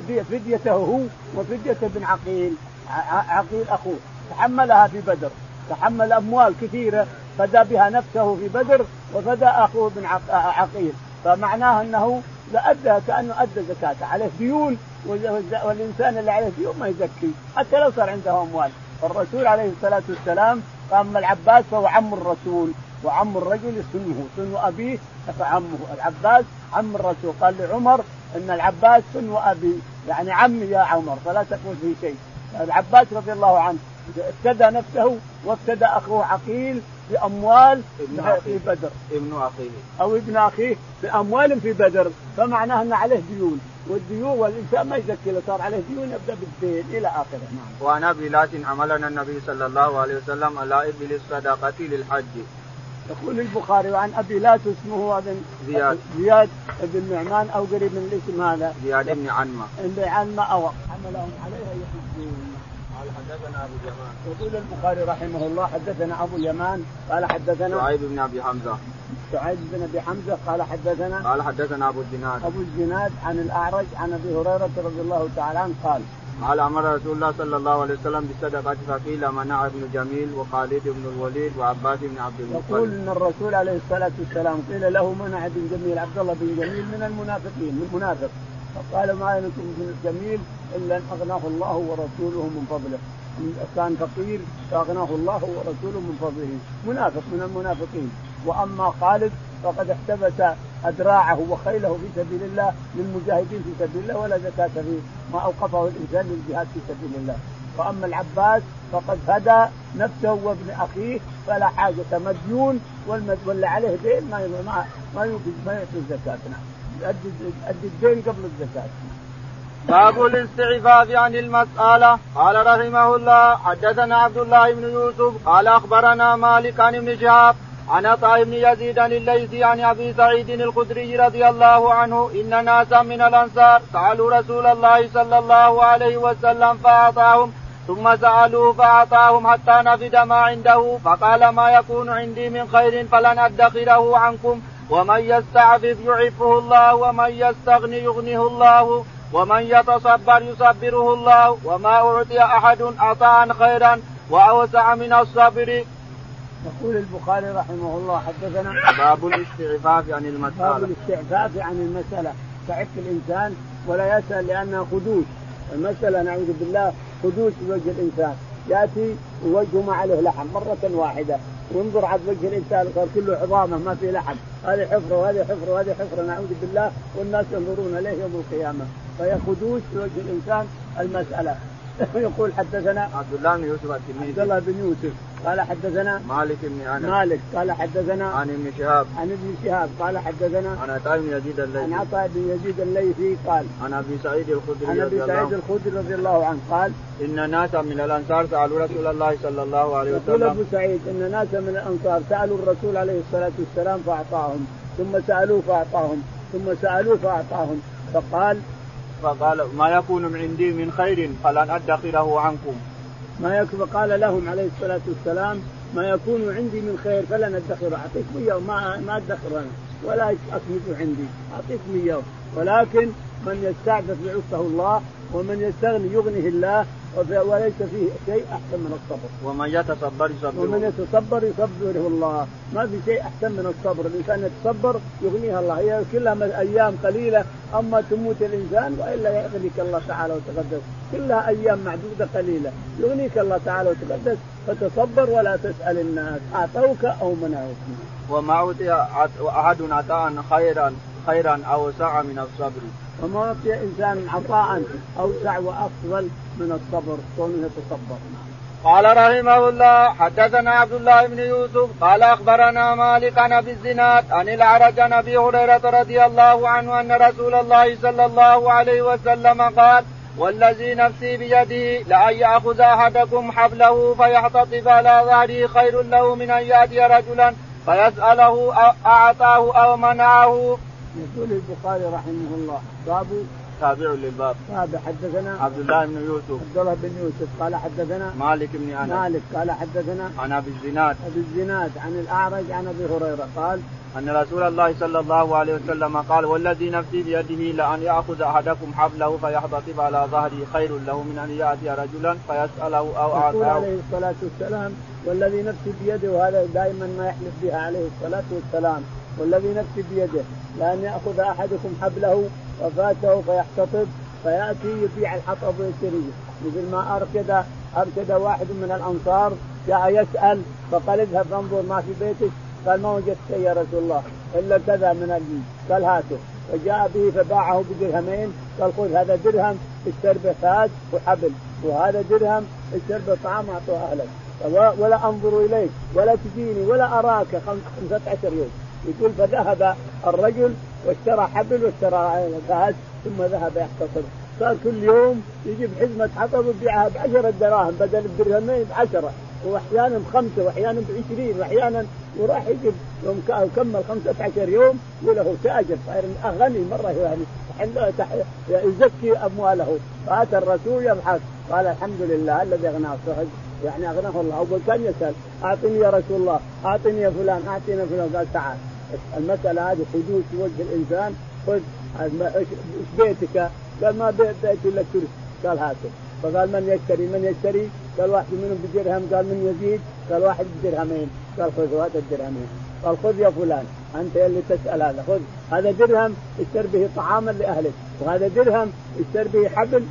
فديته هو وفدية بن عقيل عقيل أخوه، تحملها في بدر، تحمل أموال كثيرة فدى بها نفسه في بدر وفدى أخوه بن عقيل، فمعناه أنه لأدى كأنه أدى زكاة عليه ديون، والإنسان اللي عليه ديون ما يزكي حتى لو صار عنده أموال. فالرسول عليه الصلاة والسلام أما العباس فهو عم الرسول، وعم الرجل سنه سن أبيه فعمه. العباس عم الرسول، قال لعمر إن العباس سن أبي يعني عمي يا عمر فلا تقول فيه شيء. العباس رضي الله عنه افتدى نفسه وافتدى أخوه عقيل بأموال في بدر، ابن أخيه أو ابن أخيه بأموال في بدر، فمعناه أن عليه ديون، والديون والإنسان ما يزكي له صار عليه ديون يبدأ بالدين إلى آخره. نعم. وعن أبي لاس عملنا النبي صلى الله عليه وسلم على إبل الصدقة للحج. يقول البخاري وعن أبي لاس اسمه هذا زياد زياد بن نعمان أو قريب من الاسم هذا زياد بن عنمة بن عنمة أو حملهم عليها يحجون. قال حدثنا أبو اليمان. يقول البخاري رحمه الله حدثنا أبو اليمان قال حدثنا شعيب بن أبي حمزة شعيب بن أبي حمزة قال حدثنا قال حدثنا أبو الزناد أبو الزناد عن الأعرج عن أبي هريرة رضي الله تعالى عنه قال قال أمر رسول الله صلى الله عليه وسلم بالصدقة فقيل منع ابن جميل وخالد بن الوليد وعباس بن عبد المطلب. يقول إن الرسول عليه الصلاة والسلام قيل له منع ابن جميل عبد الله بن جميل من المنافقين من منافق، فقال ما لكم من الجميل إلا أن أغناه الله ورسوله من فضله، كان فقير فأغناه الله ورسوله من فضله، منافق من المنافقين. وأما خالد فقد احتبس أدراعه وخيله في سبيل الله للمجاهدين في سبيل الله ولا زكاة فيه، ما أوقفه الإنسان للجهاد في سبيل الله. وأما العباس فقد هدى نفسه وابن أخيه فلا حاجة مديون، واللي عليه دين ما ما ما يوجد ما يعطي الزكاة، يؤدي الدين قبل الزكاة. باب الاستعفاف عن المسألة. قال رحمه الله حدثنا عبد الله بن يوسف قال أخبرنا مالك عن ابن شهاب عن عطاء بن يزيد الليثي عن أبي سعيد الخدري رضي الله عنه إن ناسا من الأنصار سألوا رسول الله صلى الله عليه وسلم فأعطاهم ثم سألوه فأعطاهم حتى نفد ما عنده فقال ما يكون عندي من خير فلن أدخره عنكم ومن يستعفف يعفه الله ومن يستغني يغنيه الله ومن يتصبر يصبره الله وما أعطي أحد عطاء خيرا وأوسع من الصبر. يقول البخاري رحمه الله حدثنا باب الاستعفاف عن المسألة. باب الاستعفاف عن المسألة، تعف الإنسان ولا يسأل لأنها خدوش. المسألة نعوذ بالله خدوش بوجه الإنسان، يأتي وجهه ما عليه لحم مرة واحدة، وانظر على وجه الإنسان صار كله عظامه ما في لحم، هذه حفرة وهذه حفرة وهذه حفرة نعوذ بالله، والناس ينظرون إليه يوم القيامة، فهي خدوش بوجه الإنسان المسألة. يقول حدثنا عبد الله بن يوسف التلميذي عبد الله بن يوسف قال حدثنا مالك بن أنس مالك قال حدثنا عن ابن شهاب عن ابن شهاب قال حدثنا عن عطاء بن يزيد الليثي عن عطاء بن يزيد الليثي قال عن أبي سعيد الخدري عن أبي سعيد الخدري رضي الله عنه قال إن ناسا من الأنصار سألوا رسول الله صلى الله عليه وسلم. يقول أبو سعيد إن ناسا من الأنصار سألوا الرسول عليه الصلاة والسلام فأعطاهم ثم سألوه فأعطاهم ثم سألوه فأعطاهم فقال فقال ما يكون عندي من خير فلن أدخره عنكم. ما يكون قال لهم عليه الصلاة والسلام ما يكون عندي من خير فلن أدخره، أعطيكم إياه ما ما أدخر أنا ولا أكمل عندي أعطيكم إياه، ولكن من يستعفف يعفه الله ومن يستغني يغنيه الله وليس فيه شيء أحسن من الصبر. ومن يتصبر يصبره ومن يتصبر يصبره الله، ما في شيء أحسن من الصبر، الإنسان يتصبر يغنيها الله، هي كلها أيام قليلة أما تموت الإنسان وإلا يغنيك الله تعالى وتقدس، كلها أيام معدودة قليلة يغنيك الله تعالى وتقدس، فتصبر ولا تسأل الناس أعطوك أو منعوك. وما أعطي أحد عطاء خيرا خيرا أوسع من الصبر. وما أعطي إنسان عطاء أوسع وأفضل من الصبر كونه يتصبر. قال رحمه الله حدثنا عبد الله بن يوسف قال أخبرنا مالك عن أبي الزناد عن الأعرج عن أبي هريرة رضي الله عنه أن رسول الله صلى الله عليه وسلم قال والذي نفسي بيده لأن يأخذ أحدكم حبله فيحتطب على ظهره خير له من أن يأتي رجلا فيسأله أعطاه أو منعه. يقول البخاري رحمه الله باب تابع للباب. باب حدثنا عبد الله بن يوسف عبد الله بن يوسف قال حدثنا مالك بن أنس مالك قال حدثنا عن أبي الزناد أبي الزناد عن الأعرج عن أبي هريرة قال أن رسول الله صلى الله عليه وسلم قال والذي نفسي بيده لأن يأخذ أحدكم حبله فيحتطب على ظهره خير له من أن يأتي رجلا فيسأله أو أعطاه. يقول عليه الصلاة والسلام والذي نفسي بيده، وهذا دائما ما يحلف بها عليه الصلاة والسلام، والذي نفسي بيده لأن يأخذ أحدكم حبله وفاته فيحتطب فيأتي يبيع الحطب ويشتريه، مثل ما أرشد أرشد واحد من الأنصار جاء يسأل فقال اذهب فانظر ما في بيتك، قال ما وجدت شيء يا رسول الله إلا كذا من الجيل، قال هاته، فجاء به فباعه بدرهمين، قال خذ هذا درهم اشتر به فاس وحبل، وهذا درهم اشتر به طعام أعطوه أهلك، ولا أنظر إليك ولا تجيني ولا أراك خمسة عشر يوم. يقول فذهب الرجل واشترى حبل واشترى فاس ثم ذهب يحتطب، صار كل يوم يجيب حزمة حطب ويبيعها بعشرة دراهم بدل الدرهمين بعشرة، واحيانا بخمسه واحيانا بعشرين واحيانا، وراح يجيب يوم كمل خمسة عشر يوم وله تاجر صاير غني مره يعني يزكي امواله. فاتى الرسول يبحث قال الحمد لله الذي اغناه، يعني اغناه الله. اول كان يسال اعطني يا رسول الله اعطني يا فلان اعطينا فلان، قال تعال المساله هذه حدود في وجه الانسان، خذ ايش بيتك؟ قال ما بيت الا كرسي، قال هاته، فقال من يشتري من يشتري؟ قال واحد منهم بدرهم، قال من يزيد؟ قال واحد بدرهمين، قال خذ هذا الدرهمين، قال خذ يا فلان أنت اللي تسأل هذا، خذ هذا درهم اشتر به طعاما لأهلك، وهذا درهم اشتر به حبل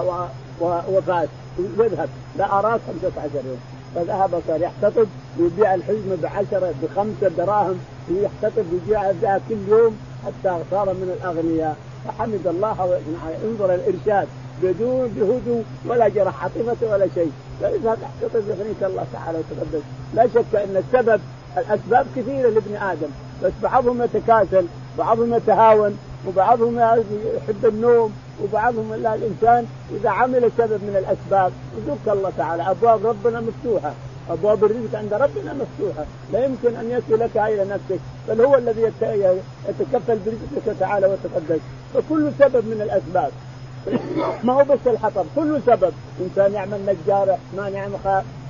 وفاس، واذهب لا أراك خمسة عشر يوم. فذهب صار يحتطب ويبيع الحزمة بعشرة بخمسة دراهم، ويحتطب ويبيعها كل يوم حتى صار من الأغنياء. فحمد الله، انظر الإرشاد بدون بهدوء ولا جرح عاطفة ولا شيء، فإذا تحتطب يغنيك الله تعالى وتقدس. لا شك أن السبب الأسباب كثيرة لابن آدم، بس بعضهم يتكاسل، بعضهم يتهاون، وبعضهم يحب النوم، وبعضهم لا. الإنسان إذا عمل سبب من الأسباب يذكر الله تعالى، أبواب ربنا مفتوحة، أبواب الرزق عند ربنا مفتوحة، لا يمكن أن يأتي لك إلى نفسك، بل هو الذي يتكفل برزقك تعالى وتقدس. فكل سبب من الأسباب، ما هو بس الحطب، كل سبب. إنسان يعمل نجار، ما يعمل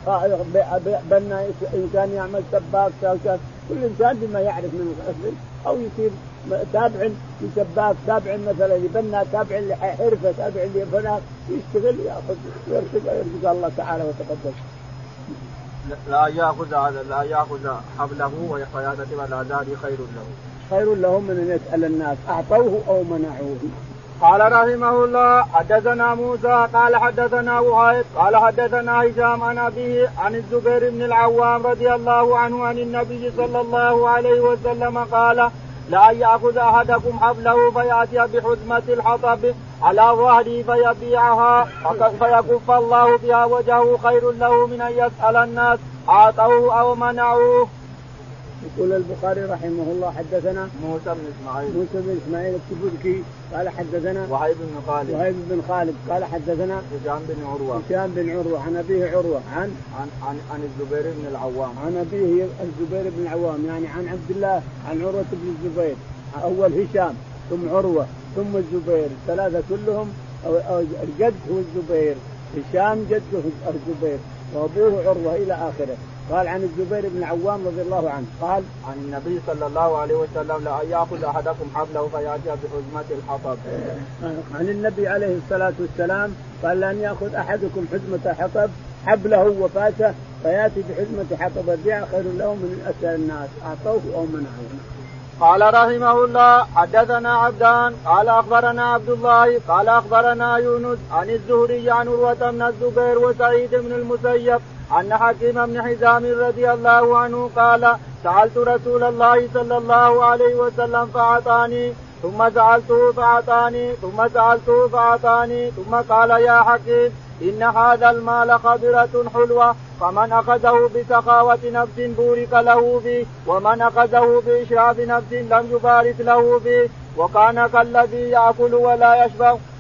بنا، إنسان يعمل سباك، كل إنسان بما يعرف من الأسباب، أو يصير تابع لسباك، تابع مثلا لبنا، تابع لحرفة، تابع لفناء، يشتغل يأخذ ويرزق يرزق الله تعالى وتقدس. لا يأخذ لا يأخذ حبله ويحتطب على ظهره خير له خير له من أن يسأل الناس أعطوه أو منعوه. قال رحمه الله حدثنا موسى قال حدثنا وهيب قال حدثنا هشام عن أبيه عن الزبير بن العوام رضي الله عنه عن النبي صلى الله عليه وسلم قال لا يأخذ أحدكم حبله فيأتي بحزمة الحطب على ظهره فيبيعها فيكف الله بها وجهه خير له من أن يسأل الناس أعطوه أو منعوه. يقول البخاري رحمه الله حدثنا موسى بن إسماعيل موسى بن إسماعيل التبوذكي قال حدثنا وهيب بن خالد وهيب بن خالد قال حدثنا هشام بن عروة هشام بن عروة عن أبيه عروة عن عن عن, عن الزبير بن العوام عن أبيه الزبير بن العوام، يعني عن عبد الله عن عروة بن الزبير، أول هشام ثم عروة ثم الزبير، ثلاثة كلهم الجد هو الزبير، هشام جده الزبير وأبوه عروة إلى آخره. قال عن الزبير بن العوام رضي الله عنه قال عن النبي صلى الله عليه وسلم لا يأخذ أحدكم حبله فيأتي بحزمة الحطب. عن النبي عليه الصلاة والسلام قال لأن يأخذ أحدكم حزمة حطب حبله وفاته فيأتي بحزمة حطب البيع خير له من أسأل الناس أعطوه أو منعوه. قال رحمه الله حدثنا عبدان قال أخبرنا عبد الله قال أخبرنا يونس عن الزهري عن عروة بن الزبير وسعيد بن المسيب أن حكيم بن حزام رضي الله عنه قال سألت رسول الله صلى الله عليه وسلم فأعطاني ثم سألته فأعطاني ثم سألته فأعطاني ثم قال يا حكيم إن هذا المال خضرة حلوة فمن أخذه بسخاوة نفس بورك له فيه ومن أخذه بإشراف نفس لم يبارك له فيه وكان كالذي يأكل ولا يشبع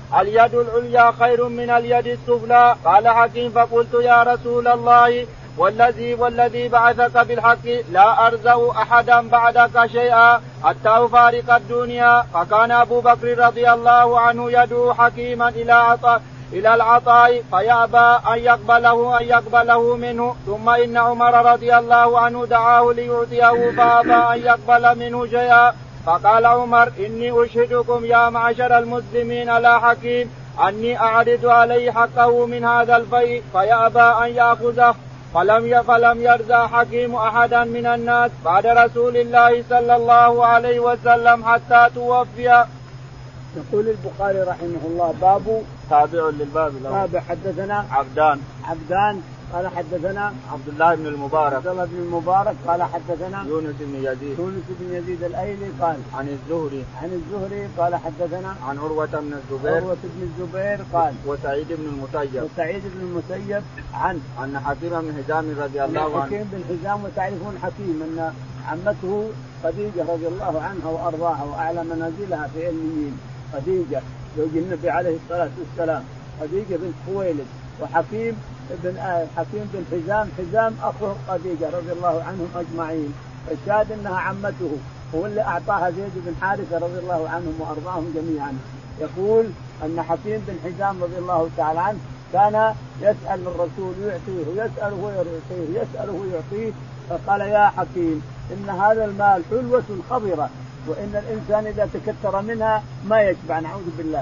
اليد العليا خير من اليد السفلى. قال حكيم فقلت يا رسول الله والذي والذي بعثك بالحق لا أرزق أحدا بعدك شيئا حتى أفارق الدنيا. فكان أبو بكر رضي الله عنه يدعو حكيما إلى عطاء إلى العطاء فيأبى أن يقبله أن يقبله منه. ثم إن عمر رضي الله عنه دعاه ليعطيه فأبى أن يقبل منه شيئا. فقال عمر إني أشهدكم يا معشر المسلمين على حكيم أني أعرض عليه حقه من هذا الفيء فيأبى أن يأخذه. فلم فلم يرضى حكيم أحدا من الناس بعد رسول الله صلى الله عليه وسلم حتى توفي. يقول البخاري رحمه الله باب تابع للباب باب حدثنا عبدان عبدان قال حدثنا عبد الله بن المبارك عبد الله بن المبارك قال حدثنا يونس بن يزيد يونس بن يزيد الايلي قال عن الزهري عن الزهري قال حدثنا عن عروة بن الزبير عروة بن الزبير قال وسعيد بن المسيب وسعيد بن المسيب عن أن حكيم بن حزام رضي الله عنه حكيم بن حزام وتعرفون حكيم أن عمته خديجة رضي الله عنها وأرضاها وأعلى منازلها في عليين خديجة زوج النبي عليه الصلاة والسلام خديجة بنت خويلد وحكيم بن آه حكيم بن حزام حزام أخو خديجة رضي الله عنهم أجمعين. فالشاهد أنها عمته هو اللي أعطاها زيد بن حارثة رضي الله عنهم وأرضاهم جميعا. يقول أن حكيم بن حزام رضي الله تعالى عنه كان يسأل الرسول ويعطيه يسأله ويعطيه يسأله ويعطيه. فقال يا حكيم إن هذا المال حلوة خضرة وإن الإنسان إذا تكثر منها ما يشبع نعوذ بالله.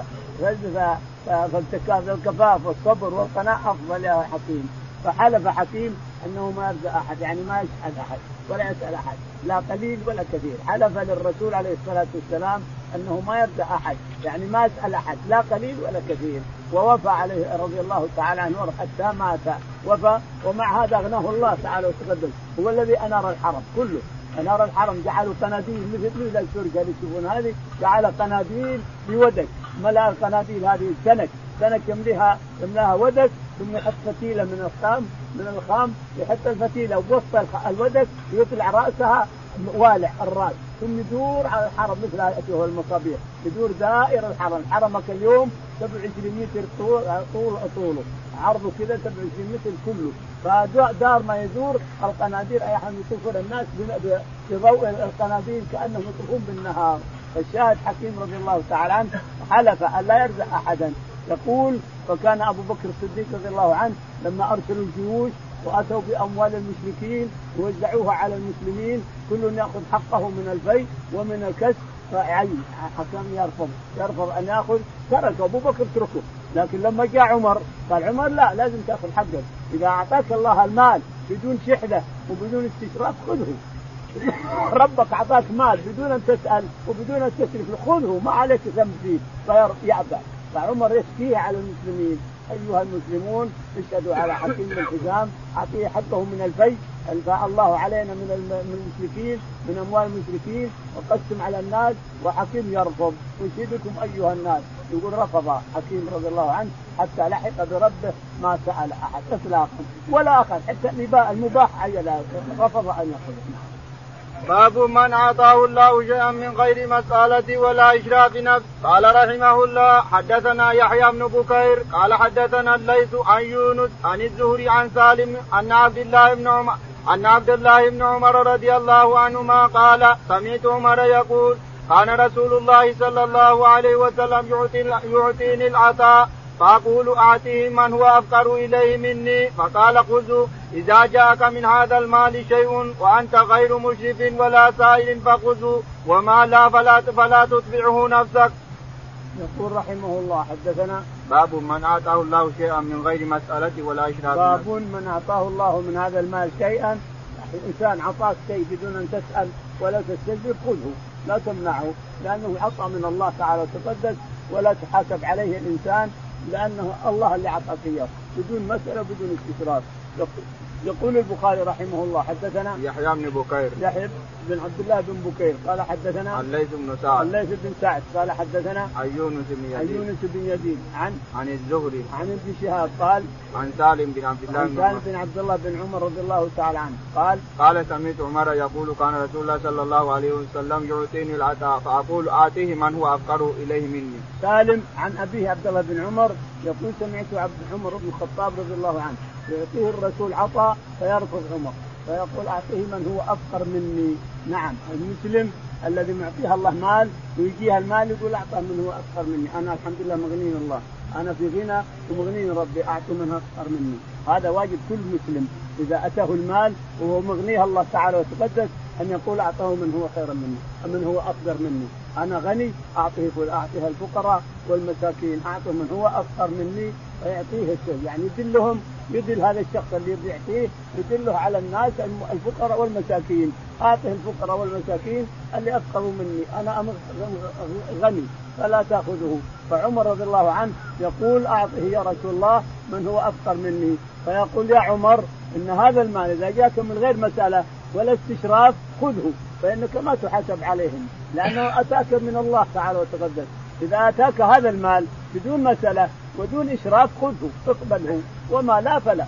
فالكفاف والصبر والقناعة أفضل يا حكيم. فحلف حكيم أنه ما يرزق أحد يعني ما يسأل أحد ولا يسأل أحد لا قليل ولا كثير. حلف للرسول عليه الصلاة والسلام أنه ما يرزق أحد يعني ما يسأل أحد لا قليل ولا كثير. ووفى عليه رضي الله تعالى عنه حتى مات وفى. ومع هذا أغناه الله تعالى وتقدم. هو الذي أنار الحرم كله أنار الحرم جعلوا قناديل مثل مثل الشركة اللي تشوفون هذه جعل قناديل بودك ملأ القناديل هذه سنك سنك يمليها يملاها ودك ثم يحط فتيلة من الخام من الخام يحط الفتيلة ووسط الودك يطلع رأسها والع الرأس ثم يدور على الحرم مثل هذه المصابيح يدور دائرة الحرم. حرمك اليوم سبعة وعشرين متر طول طول طوله عرضه كذا سبعة وعشرين متر كله. فدار ما يدور القناديل أي أحد يطوفون الناس بضوء القناديل كأنهم يطوفون بالنهار. فالشاهد حكيم رضي الله تعالى عنه حلف أن لا يرزق أحدا. يقول فكان أبو بكر الصديق رضي الله عنه لما أرسلوا الجيوش وأتوا بأموال المشركين ووزعوها على المسلمين كل يأخذ حقه من الفيء ومن الكسب فعين حكم يرفض يرفض أن يأخذ ترك أبو بكر تركه. لكن لما جاء عمر قال عمر لا لازم تأخذ حقك إذا أعطاك الله المال بدون شحذة وبدون استشراف خذه. ربك أعطاك مال بدون أن تسأل وبدون أن تشرف خذه ما عليك ذنب فيه فيعبى. فعمر يشكيه على المسلمين أيها المسلمون اشهدوا على حكيم بن حزام أعطيه حقه من الفيء ألفى الله علينا من المشركين من أموال المشركين وقسم على الناس وحكيم يرفض ويشهدكم أيها الناس. يقول رفض حكيم رضي الله عنه حتى لحق بربه ما سأل أحد إطلاقا ولا أخذ حتى المباح عيلا رفض أن يأخذ. باب من أعطاه الله شيئا من غير مسألة ولا إشراف نفس. قال رحمه الله حدثنا يحيى بن بكير قال حدثنا الليث عن يونس عن الزهري عن سالم أن عبد الله بن عمر أن عبد الله بن عمر رضي الله عنهما قال سمعت عمر يقول كان رسول الله صلى الله عليه وسلم يعطيني العطاء فأقول أعطيه من هو أفقر إليه مني فقال خذه إذا جاءك من هذا المال شيء وأنت غير مشرف ولا سائل فخذه وما لا فلا, فلا تتبعه نفسك. يقول رحمه الله حدثنا باب من أعطاه الله شيئا من غير مسألة ولا إشراف. باب من أعطاه الله من هذا المال شيئا الإنسان عطاك شيء بدون أن تسأل ولا تستجيب خذه لا تمنعه لأنه عطى من الله تعالى وتقدس ولا تحاسب عليه الإنسان لأنه الله اللي عطاك إياه بدون مسألة بدون استشراف. يقول البخاري رحمه الله حدثنا يحيى بن بكير يحيى بن عبد الله بن بكير قال حدثنا الليث بن سعد الليث بن سعد قال حدثنا عن يونس بن يزيد يونس بن يزيد عن عن الزهري عن ابن شهاب قال عن سالم بن عبد الله عن سالم بن عبد الله بن عمر رضي الله تعالى عنه قال قال سمعت عمر يقول كان رسول الله صلى الله عليه وسلم يعطيني العطاء فأقول آتيه من هو أفقر إليه مني. سالم عن أبيه عبد الله بن عمر يقول سمعت عبد عمر بن الخطاب رضي الله عنه يعطيه الرسول عطاء فيرفض عمر فيقول أعطيه من هو أفقر مني. نعم المسلم الذي معطيها الله مال ويجيها المال يقول أعطاه من هو أفقر مني. أنا الحمد لله مغنين الله أنا في غنى ومغنين ربي أعطي من هو أفقر مني. هذا واجب كل مسلم إذا أتاه المال وهو مغنيها الله تعالى وتقدس أن يقول أعطاه من هو خير مني من هو أفقر مني. أنا غني أعطيه أعطيها الفقراء والمساكين أعطيه من هو أفقر مني ويعطيه الشيء يعني يدلهم يدل هذا الشخص اللي يعطيه يدله على الناس الفقراء والمساكين. أعطيه الفقراء والمساكين اللي أفقروا مني أنا غني فلا تأخذه. فعمر رضي الله عنه يقول أعطيه يا رسول الله من هو أفقر مني فيقول يا عمر إن هذا المال إذا جاك من غير مسألة ولا استشراف خذه فإنك ما تحاسب عليهم لأنه أتاك من الله تعالى وتقدس. إذا أتاك هذا المال بدون مسألة ودون إشراف خذه اقبله وما لا فلا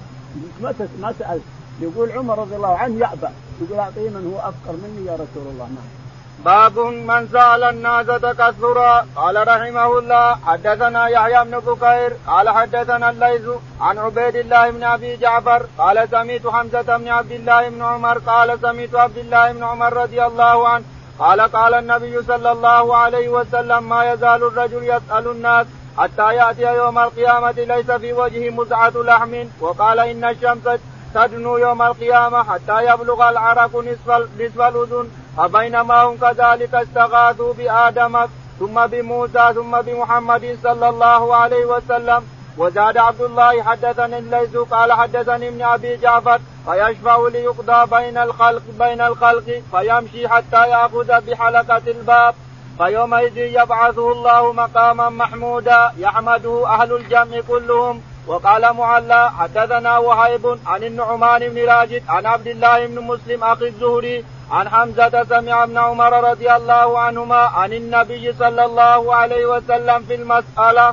ما سأل. يقول عمر رضي الله عنه يأبى يقول أعطيه من هو أفقر مني يا رسول الله. نعم. باب من سأل الناس تكثرا. قال رحمه الله حدثنا يحيى بن بكير قال حدثنا الليث عن عبيد الله بن أبي جعفر قال سمعت حمزة بن عبد الله بن عمر قال سمعت عبد الله بن عمر رضي الله عنه قال قال النبي صلى الله عليه وسلم ما يزال الرجل يسأل الناس حتى يأتي يوم القيامة ليس في وجهه مزعة لحم. وقال إن الشمس تدنو يوم القيامة حتى يبلغ العرق نصف نصف الأذن فبينما هم كذلك استغاثوا بآدم ثم بموسى ثم بمحمد صلى الله عليه وسلم. وزاد عبد الله حدثني الليث قال حدثني ابن أبي جعفر فيشفع ليقضى بين الخلق بين الخلق فيمشي حتى يأخذ بحلقة الباب فيومئذ يبعثه الله مقاما محمودا يحمده أهل الجمع كلهم. وقال معلى حدثنا وهيب عن النعمان بن راشد عن عبد الله بن مسلم أخي الزهري عن حمزة سمع ابن عمر رضي الله عنهما عن النبي صلى الله عليه وسلم في المسألة.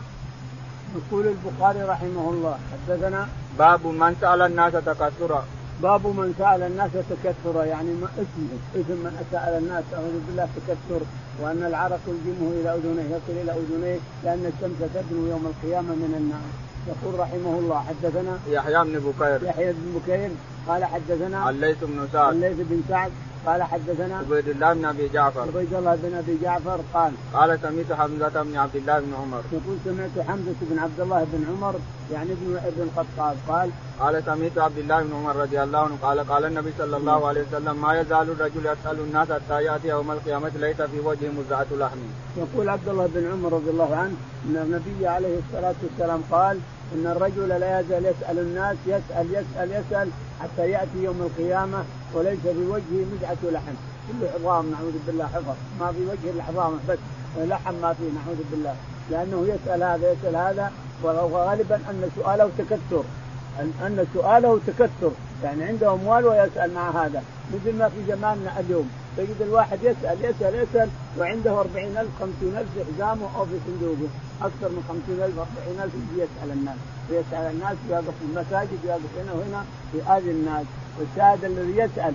يقول البخاري رحمه الله حدثنا باب من سأل الناس تكثرا. باب من سأل الناس تكثرا يعني ما اسمه اسم من سأل الناس أعوذ بالله تكثر وأن العرق يلجمه إلى أذنيه يصل إلى أذنيه لأن الشمس تدنو يوم القيامة من النار. يقول رحمه الله حدثنا يحيى بن بكير يحيى بن بكير قال حدثنا الليث بن سعد الليث بن سعد قال حدثنا عبيد الله بن أبي جعفر عبيد الله بن أبي جعفر قال قال سمعت حمزة بن عبد الله بن عمر يقول سمعت حمزة بن عبد الله بن عمر يعني ابن ابن الخطاب قال قال سمعت عبد الله بن عمر رضي الله عنه قال قال النبي صلى الله عليه وسلم ما يزال الرجل يسأل الناس حتى يأتي يوم القيامة ليس في وجهه مزعة لحم. يقول عبد الله بن عمر رضي الله عنه أن النبي عليه الصلاة والسلام قال إن الرجل لا يزال يسأل الناس يسأل يسأل يسأل حتى يأتي يوم القيامة وليس في وجهه مزعة لحم كله عظام نعوذ بالله حفظ ما في وجه العظام بس لحم ما فيه نعوذ بالله لأنه يسأل هذا يسأل هذا وغالبا أن سؤاله تكثر أن, أن سؤاله تكثر يعني عنده أموال ويسأل مع هذا مثل ما في زماننا اليوم تجد الواحد يسأل يسأل يسأل وعنده أربعين ألف خمسين ألف في حزامه أو في صندوقه أكثر من خمسين ألف أربعين ألف يسأل الناس ويسأل الناس ويقف في المساجد ويقف هنا وهنا يؤذي الناس. والشاهد الذي يسأل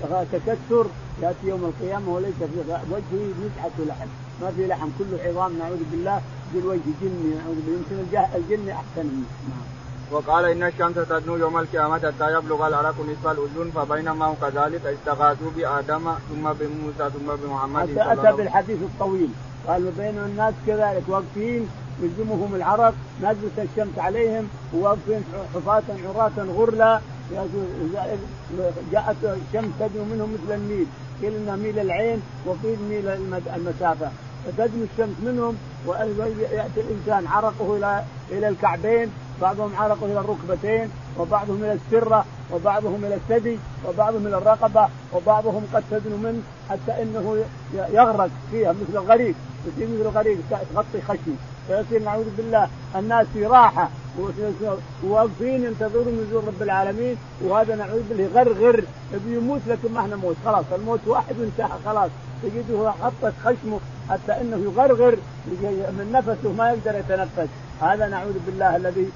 تكثر يأتي يوم القيامة وليس في وجهه مزعة لحم ما في لحم كله عظام نعوذ بالله بالوجه جني نعوذ بالله يمكن الجن أحسن منه. وقال إن الشمس تدنو يوم القيامة حتى يبلغ العرق نصف الأذن فبينما هم كذلك استغاثوا بآدم ثم بموسى ثم بمحمد. أتى بالحديث الطويل قال وبين الناس كذلك واقفين يلزمهم العرق نزلت الشمس عليهم وواقفين حفاة عراة غرلا جاءت الشمس تدنو منهم مثل النيل قيل ميل العين وقيل ميل المسافة فتدنو الشمس منهم ويأتي الإنسان عرقه إلى إلى الكعبين بعضهم عرقه إلى الركبتين وبعضهم إلى السرة وبعضهم إلى الثدي وبعضهم إلى الرقبة وبعضهم قد تدنو منه حتى إنه يغرق فيها مثل الغريق يصير مثل الغريق تغطي خشم فيصير نعوذ بالله الناس في راحة واقفين ينتظرون نزول رب العالمين، وهذا نعوذ بالله غرغر بيموت لكن ما احنا موت، خلاص الموت واحد وانتهى خلاص، تجده حطت خشمه حتى انه يغرغر من نفسه ما يقدر يتنفس. هذا نعوذ بالله الذي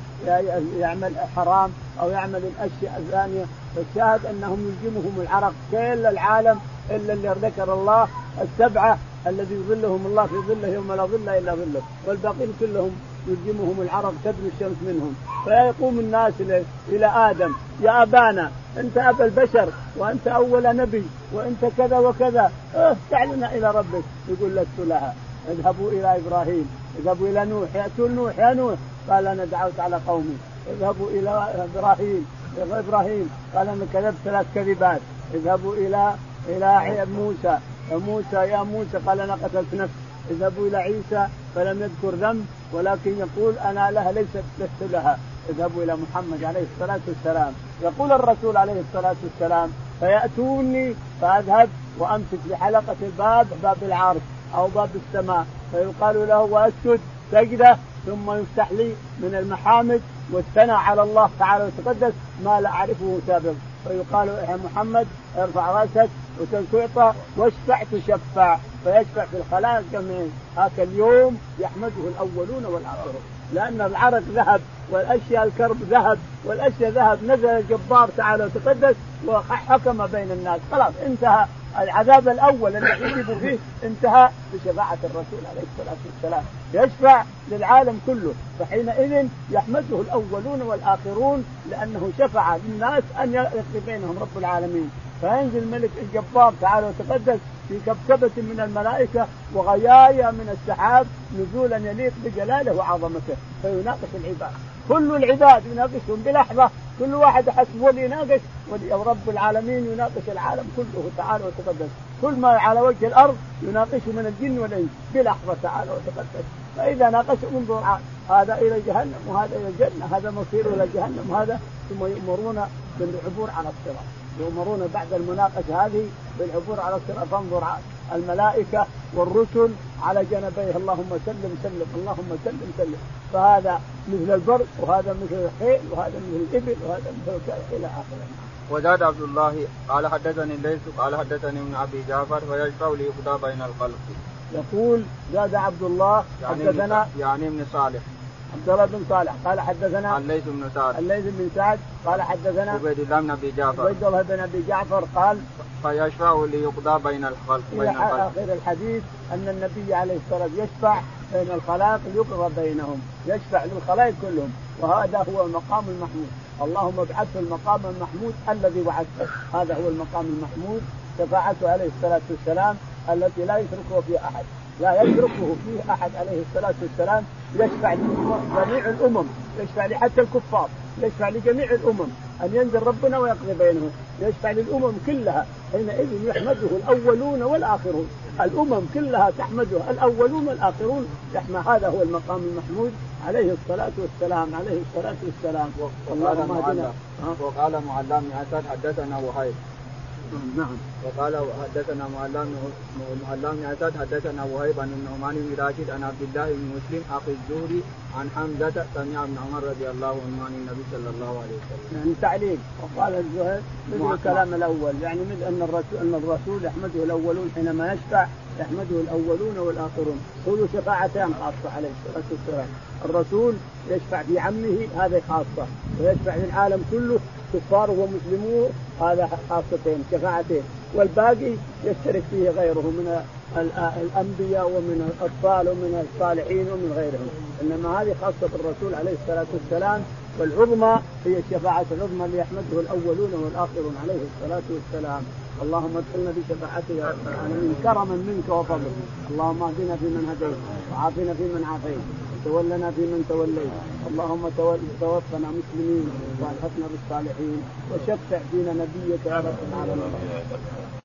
يعمل حرام او يعمل الاشياء الثانيه. فالشاهد انهم يلجمهم العرق كل العالم الا اللي ذكر الله السبعه الذي يظلهم الله في ظله يوم لا ظل الا ظله، والباقين كلهم يلجمهم العرق تدنو الشمس منهم. فيقوم الناس الى ادم: يا ابانا انت ابا البشر وانت اول نبي وانت كذا وكذا، تعالنا الى ربك. يقول: لست لها. اذهبوا الى ابراهيم، اذهبوا الى نوح، ياتون نوح: يا نوح قال: انا دعوت على قومي. اذهبوا الى ابراهيم، ابراهيم قال: انا كذبت ثلاث كذبات. اذهبوا الى الى موسى، موسى يا موسى قال: انا قتلت نفس. اذهبوا الى عيسى فلم يذكر ذنب ولكن يقول: انا لها ليست لست لها. اذهبوا الى محمد عليه الصلاه والسلام، يقول الرسول عليه الصلاه والسلام: فياتوني فاذهب وامسك بحلقه الباب، باب العرش او باب السماء، فيقال له: واسجد سجده، ثم يفتح لي من المحامد والثناء على الله تعالى وتقدس ما لا اعرفه سابق، فيقال: يا محمد ارفع راسك وتعطى واشفع تشفع، فيشفع في الخلائق جميعا. هذا اليوم يحمده الاولون والاخرون، لان العرق ذهب والاشياء الكرب ذهب والاشياء ذهب. نزل الجبار تعالى وتقدس وحكم بين الناس، خلاص انتهى العذاب الاول الذي عذبوا فيه، انتهى بشفاعه الرسول عليه الصلاه والسلام، يشفع للعالم كله. فحينئذ يحمده الاولون والاخرون لانه شفع للناس ان يقضي بينهم رب العالمين. فينزل الملك الجبار تعالى وتقدس في كبكبة من الملائكة وغيايا من السحاب نزولا يليق بجلاله وعظمته، فيناقش العباد، كل العباد يناقشهم بلحظة، كل واحد حسب ولي يناقش، ورب العالمين يناقش العالم كله تعالى وتقدس، كل ما على وجه الأرض يناقشه من الجن والإنس بلحظة تعالى وتقدس. فإذا ناقشهم انظر هذا إلى جهنم وهذا إلى الجنة، هذا مصير إلى جهنم هذا، ثم يؤمرون بالعبور على الصراط، يؤمرون بعد المناقشة هذه بالعبور على الصراط. فانظر الملائكة والرسل على جنبيه: اللهم سلم سلم، اللهم سلم سلم. فهذا مثل البرق، وهذا مثل الخيل، وهذا مثل الإبل، وهذا مثل الكائن إلى آخره. وزاد عبد الله قال: حدثني الليث قال: حدثني ابن أبي جعفر ويشفع ليقضى بين الخلق. يقول زاد عبد الله حدثنا يعني ابن صالح عبد الله بن صالح قال: حدثنا الليث بن سعد الليث بن سعد قال: حدثنا عبيد الله بن أبي جعفر عبيد الله بن أبي جعفر قال: فيشفع ليقضى بين الخلق. إلى آخر الحديث أن النبي عليه الصلاة والسلام يشفع بين الخلائق ليقضى بينهم، يشفع للخلائق كلهم، وهذا هو المقام المحمود. اللهم ابعثه المقام المحمود الذي وعدته، هذا هو المقام المحمود، شفاعته عليه الصلاة والسلام التي لا يشركه فيها أحد، لا يشركه فيه أحد عليه الصلاة والسلام. يشفع لجميع الأمم، يشفع لحتى الكفار، يشفع لجميع الأمم أن ينزل ربنا ويقضي بينهم، يشفع للأمم كلها. حينئذ يحمده الأولون والآخرون، الأمم كلها تحمده، الأولون والآخرون يحمد. هذا هو المقام المحمود عليه الصلاة والسلام، عليه الصلاة والسلام. وقال معلم وقال معلم أسد حدثنا وهيب. نعم. وقال حدثنا معلم معلم أسد حدثنا وهيب عن النعمان بن راشد عن عبد الله بن مسلم أخي الزهري عن حمزة سمع ابن عمر رضي الله عنه عن النبي صلى الله عليه وسلم. يعني تعليل. وقال الزهري مثل الكلام الأول، يعني مثل أن الرسول أن الرسول يحمده الأولون حينما يشفع، يحمده الأولون والآخرون. كل شفاعتان خاصة عليه الصلاة والسلام، الرسول يشفع في عمه هذا خاصة، ويشفع للعالم كله كفار ومسلمون هذا خاصتين شفاعتين، والباقي يشترك فيه غيره من الأنبياء ومن الأطفال ومن الصالحين ومن غيرهم، إنما هذه خاصة الرسول عليه الصلاة والسلام. والعظمى هي الشفاعة العظمى اللي يحمده الأولون والآخرون عليه الصلاة والسلام. اللهم ادخلنا بشفاعته يا رب العالمين كرما منك وفضل. اللهم اهدنا فيمن هديت وعافنا فيمن عافيت وتولنا فيمن توليت. اللهم توفنا مسلمين والحقنا بالصالحين وشفع فينا نبيك يا رب العالمين.